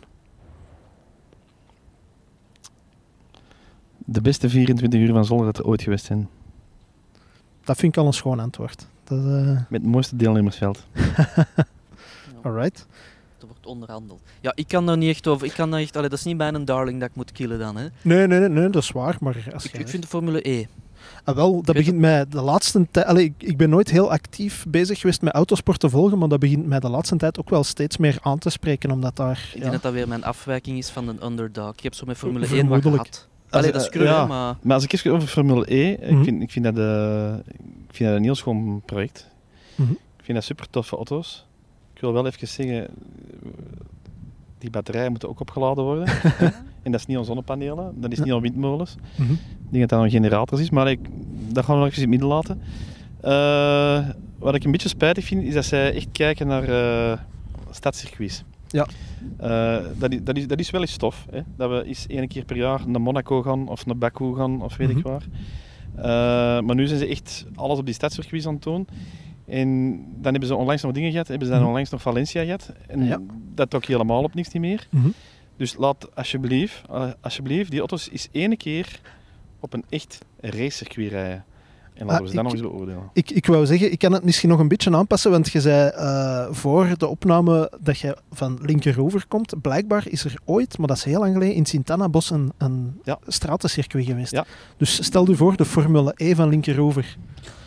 De beste 24 uur van zolder dat er ooit geweest zijn. Dat vind ik al een schoon antwoord. Dat, Met het mooiste deelnemersveld. alright. Dat wordt onderhandeld. Ja, ik kan daar niet echt over. Dat is niet mijn darling dat ik moet killen dan. Hè. Nee, dat is waar. Maar als Ik vind de Formule E. wel, dat weet begint mij de laatste tijd... Ik ben nooit heel actief bezig geweest met autosport te volgen, maar dat begint mij de laatste tijd ook wel steeds meer aan te spreken, omdat daar... Ik denk dat dat weer mijn afwijking is van een underdog. Ik heb zo met Formule 1 wat Vermoedelijk. gehad. Allee, dat is cru, ja. hè, maar... Maar als ik even over Formule E, Mhm. ik vind dat een heel schoon project. Mhm. Ik vind dat super toffe auto's. Ik wil wel even zeggen, die batterijen moeten ook opgeladen worden. Hè. En dat is niet aan zonnepanelen, dat is niet aan windmolens. Mhm. Ik denk dat dat een generator is, maar dat gaan we nog even in het midden laten. Wat ik een beetje spijtig vind, is dat zij echt kijken naar stadscircuits. Ja. Dat is wel eens tof, hè? Dat we eens 1 keer per jaar naar Monaco gaan of naar Baku gaan of weet ik waar. Maar nu zijn ze echt alles op die stadscircuits aan het doen. En dan hebben ze onlangs nog dingen gehad, hebben ze dan onlangs nog Valencia gehad. En Ja. dat ook helemaal op niks niet meer. Mhm. Dus laat alsjeblieft die auto's eens 1 keer op een echt racecircuit rijden. En laten we ze dan nog eens beoordelen. Ik wou zeggen, ik kan het misschien nog een beetje aanpassen, want je zei voor de opname dat je van linkeroever komt. Blijkbaar is er ooit, maar dat is heel lang geleden, in Sint-Anna-Bos een stratencircuit geweest. Ja. Dus stel je voor de Formule E van linkeroever.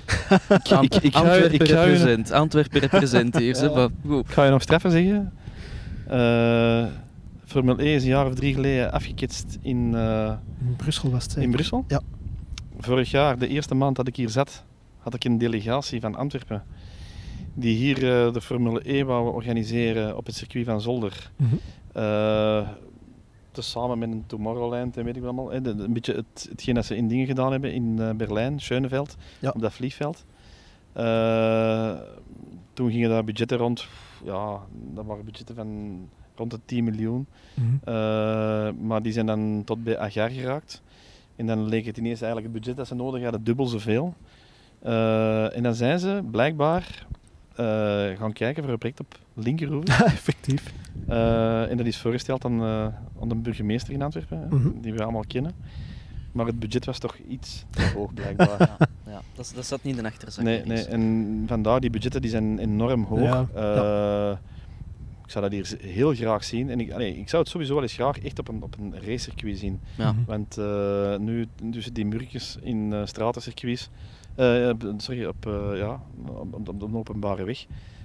Antwerpen represent hier. Ze, maar goed. Ik ga je nog straffen zeggen. Formule E is een jaar of 3 geleden afgeketst in Brussel was het zeker. in Brussel. Ja. Vorig jaar, de eerste maand dat ik hier zat, had ik een delegatie van Antwerpen die hier de Formule E wou organiseren op het circuit van Zolder. Mhm. Tezamen met een Tomorrowland en weet ik wat allemaal. Een beetje hetgeen dat ze in dingen gedaan hebben in Berlijn, Schöneveld, Ja. op dat vliegveld. Toen gingen daar budgetten rond, ja, dat waren budgetten van rond de 10 miljoen. Mhm. Maar die zijn dan tot bij Agar geraakt. En dan leek het ineens eigenlijk het budget dat ze nodig hadden dubbel zoveel. En dan zijn ze blijkbaar gaan kijken voor een project op linkeroever. Effectief. En dat is voorgesteld aan de burgemeester in Antwerpen, hè, Mhm. die we allemaal kennen. Maar het budget was toch iets te hoog blijkbaar. Ja, dat zat niet in de achterzak. Nee, nee, en vandaar die budgetten die zijn enorm hoog. Ja, Ik zou dat hier heel graag zien. En ik zou het sowieso wel eens graag echt op een racecircuit zien. Ja. Mhm. Want nu tussen die murkjes in stratencircuits, op een openbare weg.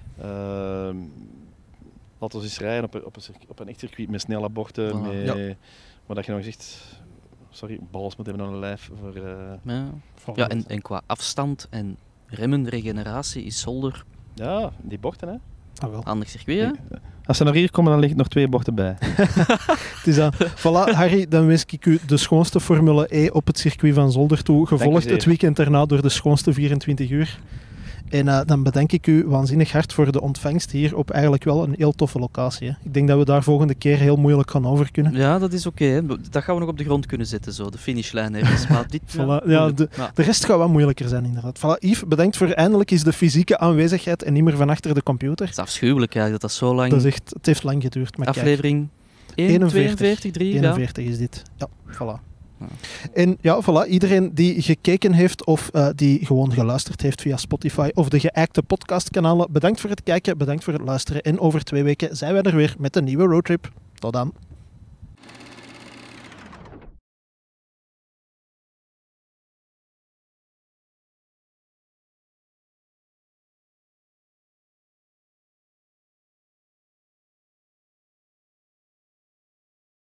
Laten we eens rijden op een echt circuit met snelle bochten. Voilà. Met, Ja. Maar dat je nog zegt, balls moet hebben aan een lijf. Ja. Ja, en qua afstand en remmen, regeneratie is Zolder Ja, die bochten hè. Ah, wel. handig circuit, hè? Als ze naar hier komen, dan liggen nog 2 bochten bij. Het is dat. Voilà, Harry, dan wens ik u de schoonste Formule E op het circuit van Zolder toe. Gevolgd zeer. het weekend daarna door de schoonste 24 uur. En dan bedank ik u waanzinnig hard voor de ontvangst hier op eigenlijk wel een heel toffe locatie. Hè. Ik denk dat we daar volgende keer heel moeilijk gaan over kunnen. Ja, dat is oké. Hè. Dat gaan we nog op de grond kunnen zetten, zo, de finishlijn ergens. Maar dit, Voilà. Ja, moeilijk. Ja. de rest gaat wat moeilijker zijn, inderdaad. Voilà, Yves, bedankt voor eindelijk eens de fysieke aanwezigheid en niet meer van achter de computer. Het is afschuwelijk eigenlijk dat dat zo lang... Dat is echt, het heeft lang geduurd. Maar kijk, aflevering 1, 41, 42, 3, 41 is dit. Ja, voilà. En ja, voilà, iedereen die gekeken heeft of die gewoon geluisterd heeft via Spotify of de geëikte podcastkanalen, bedankt voor het kijken, bedankt voor het luisteren. En over 2 weken zijn wij er weer met een nieuwe roadtrip. Tot dan.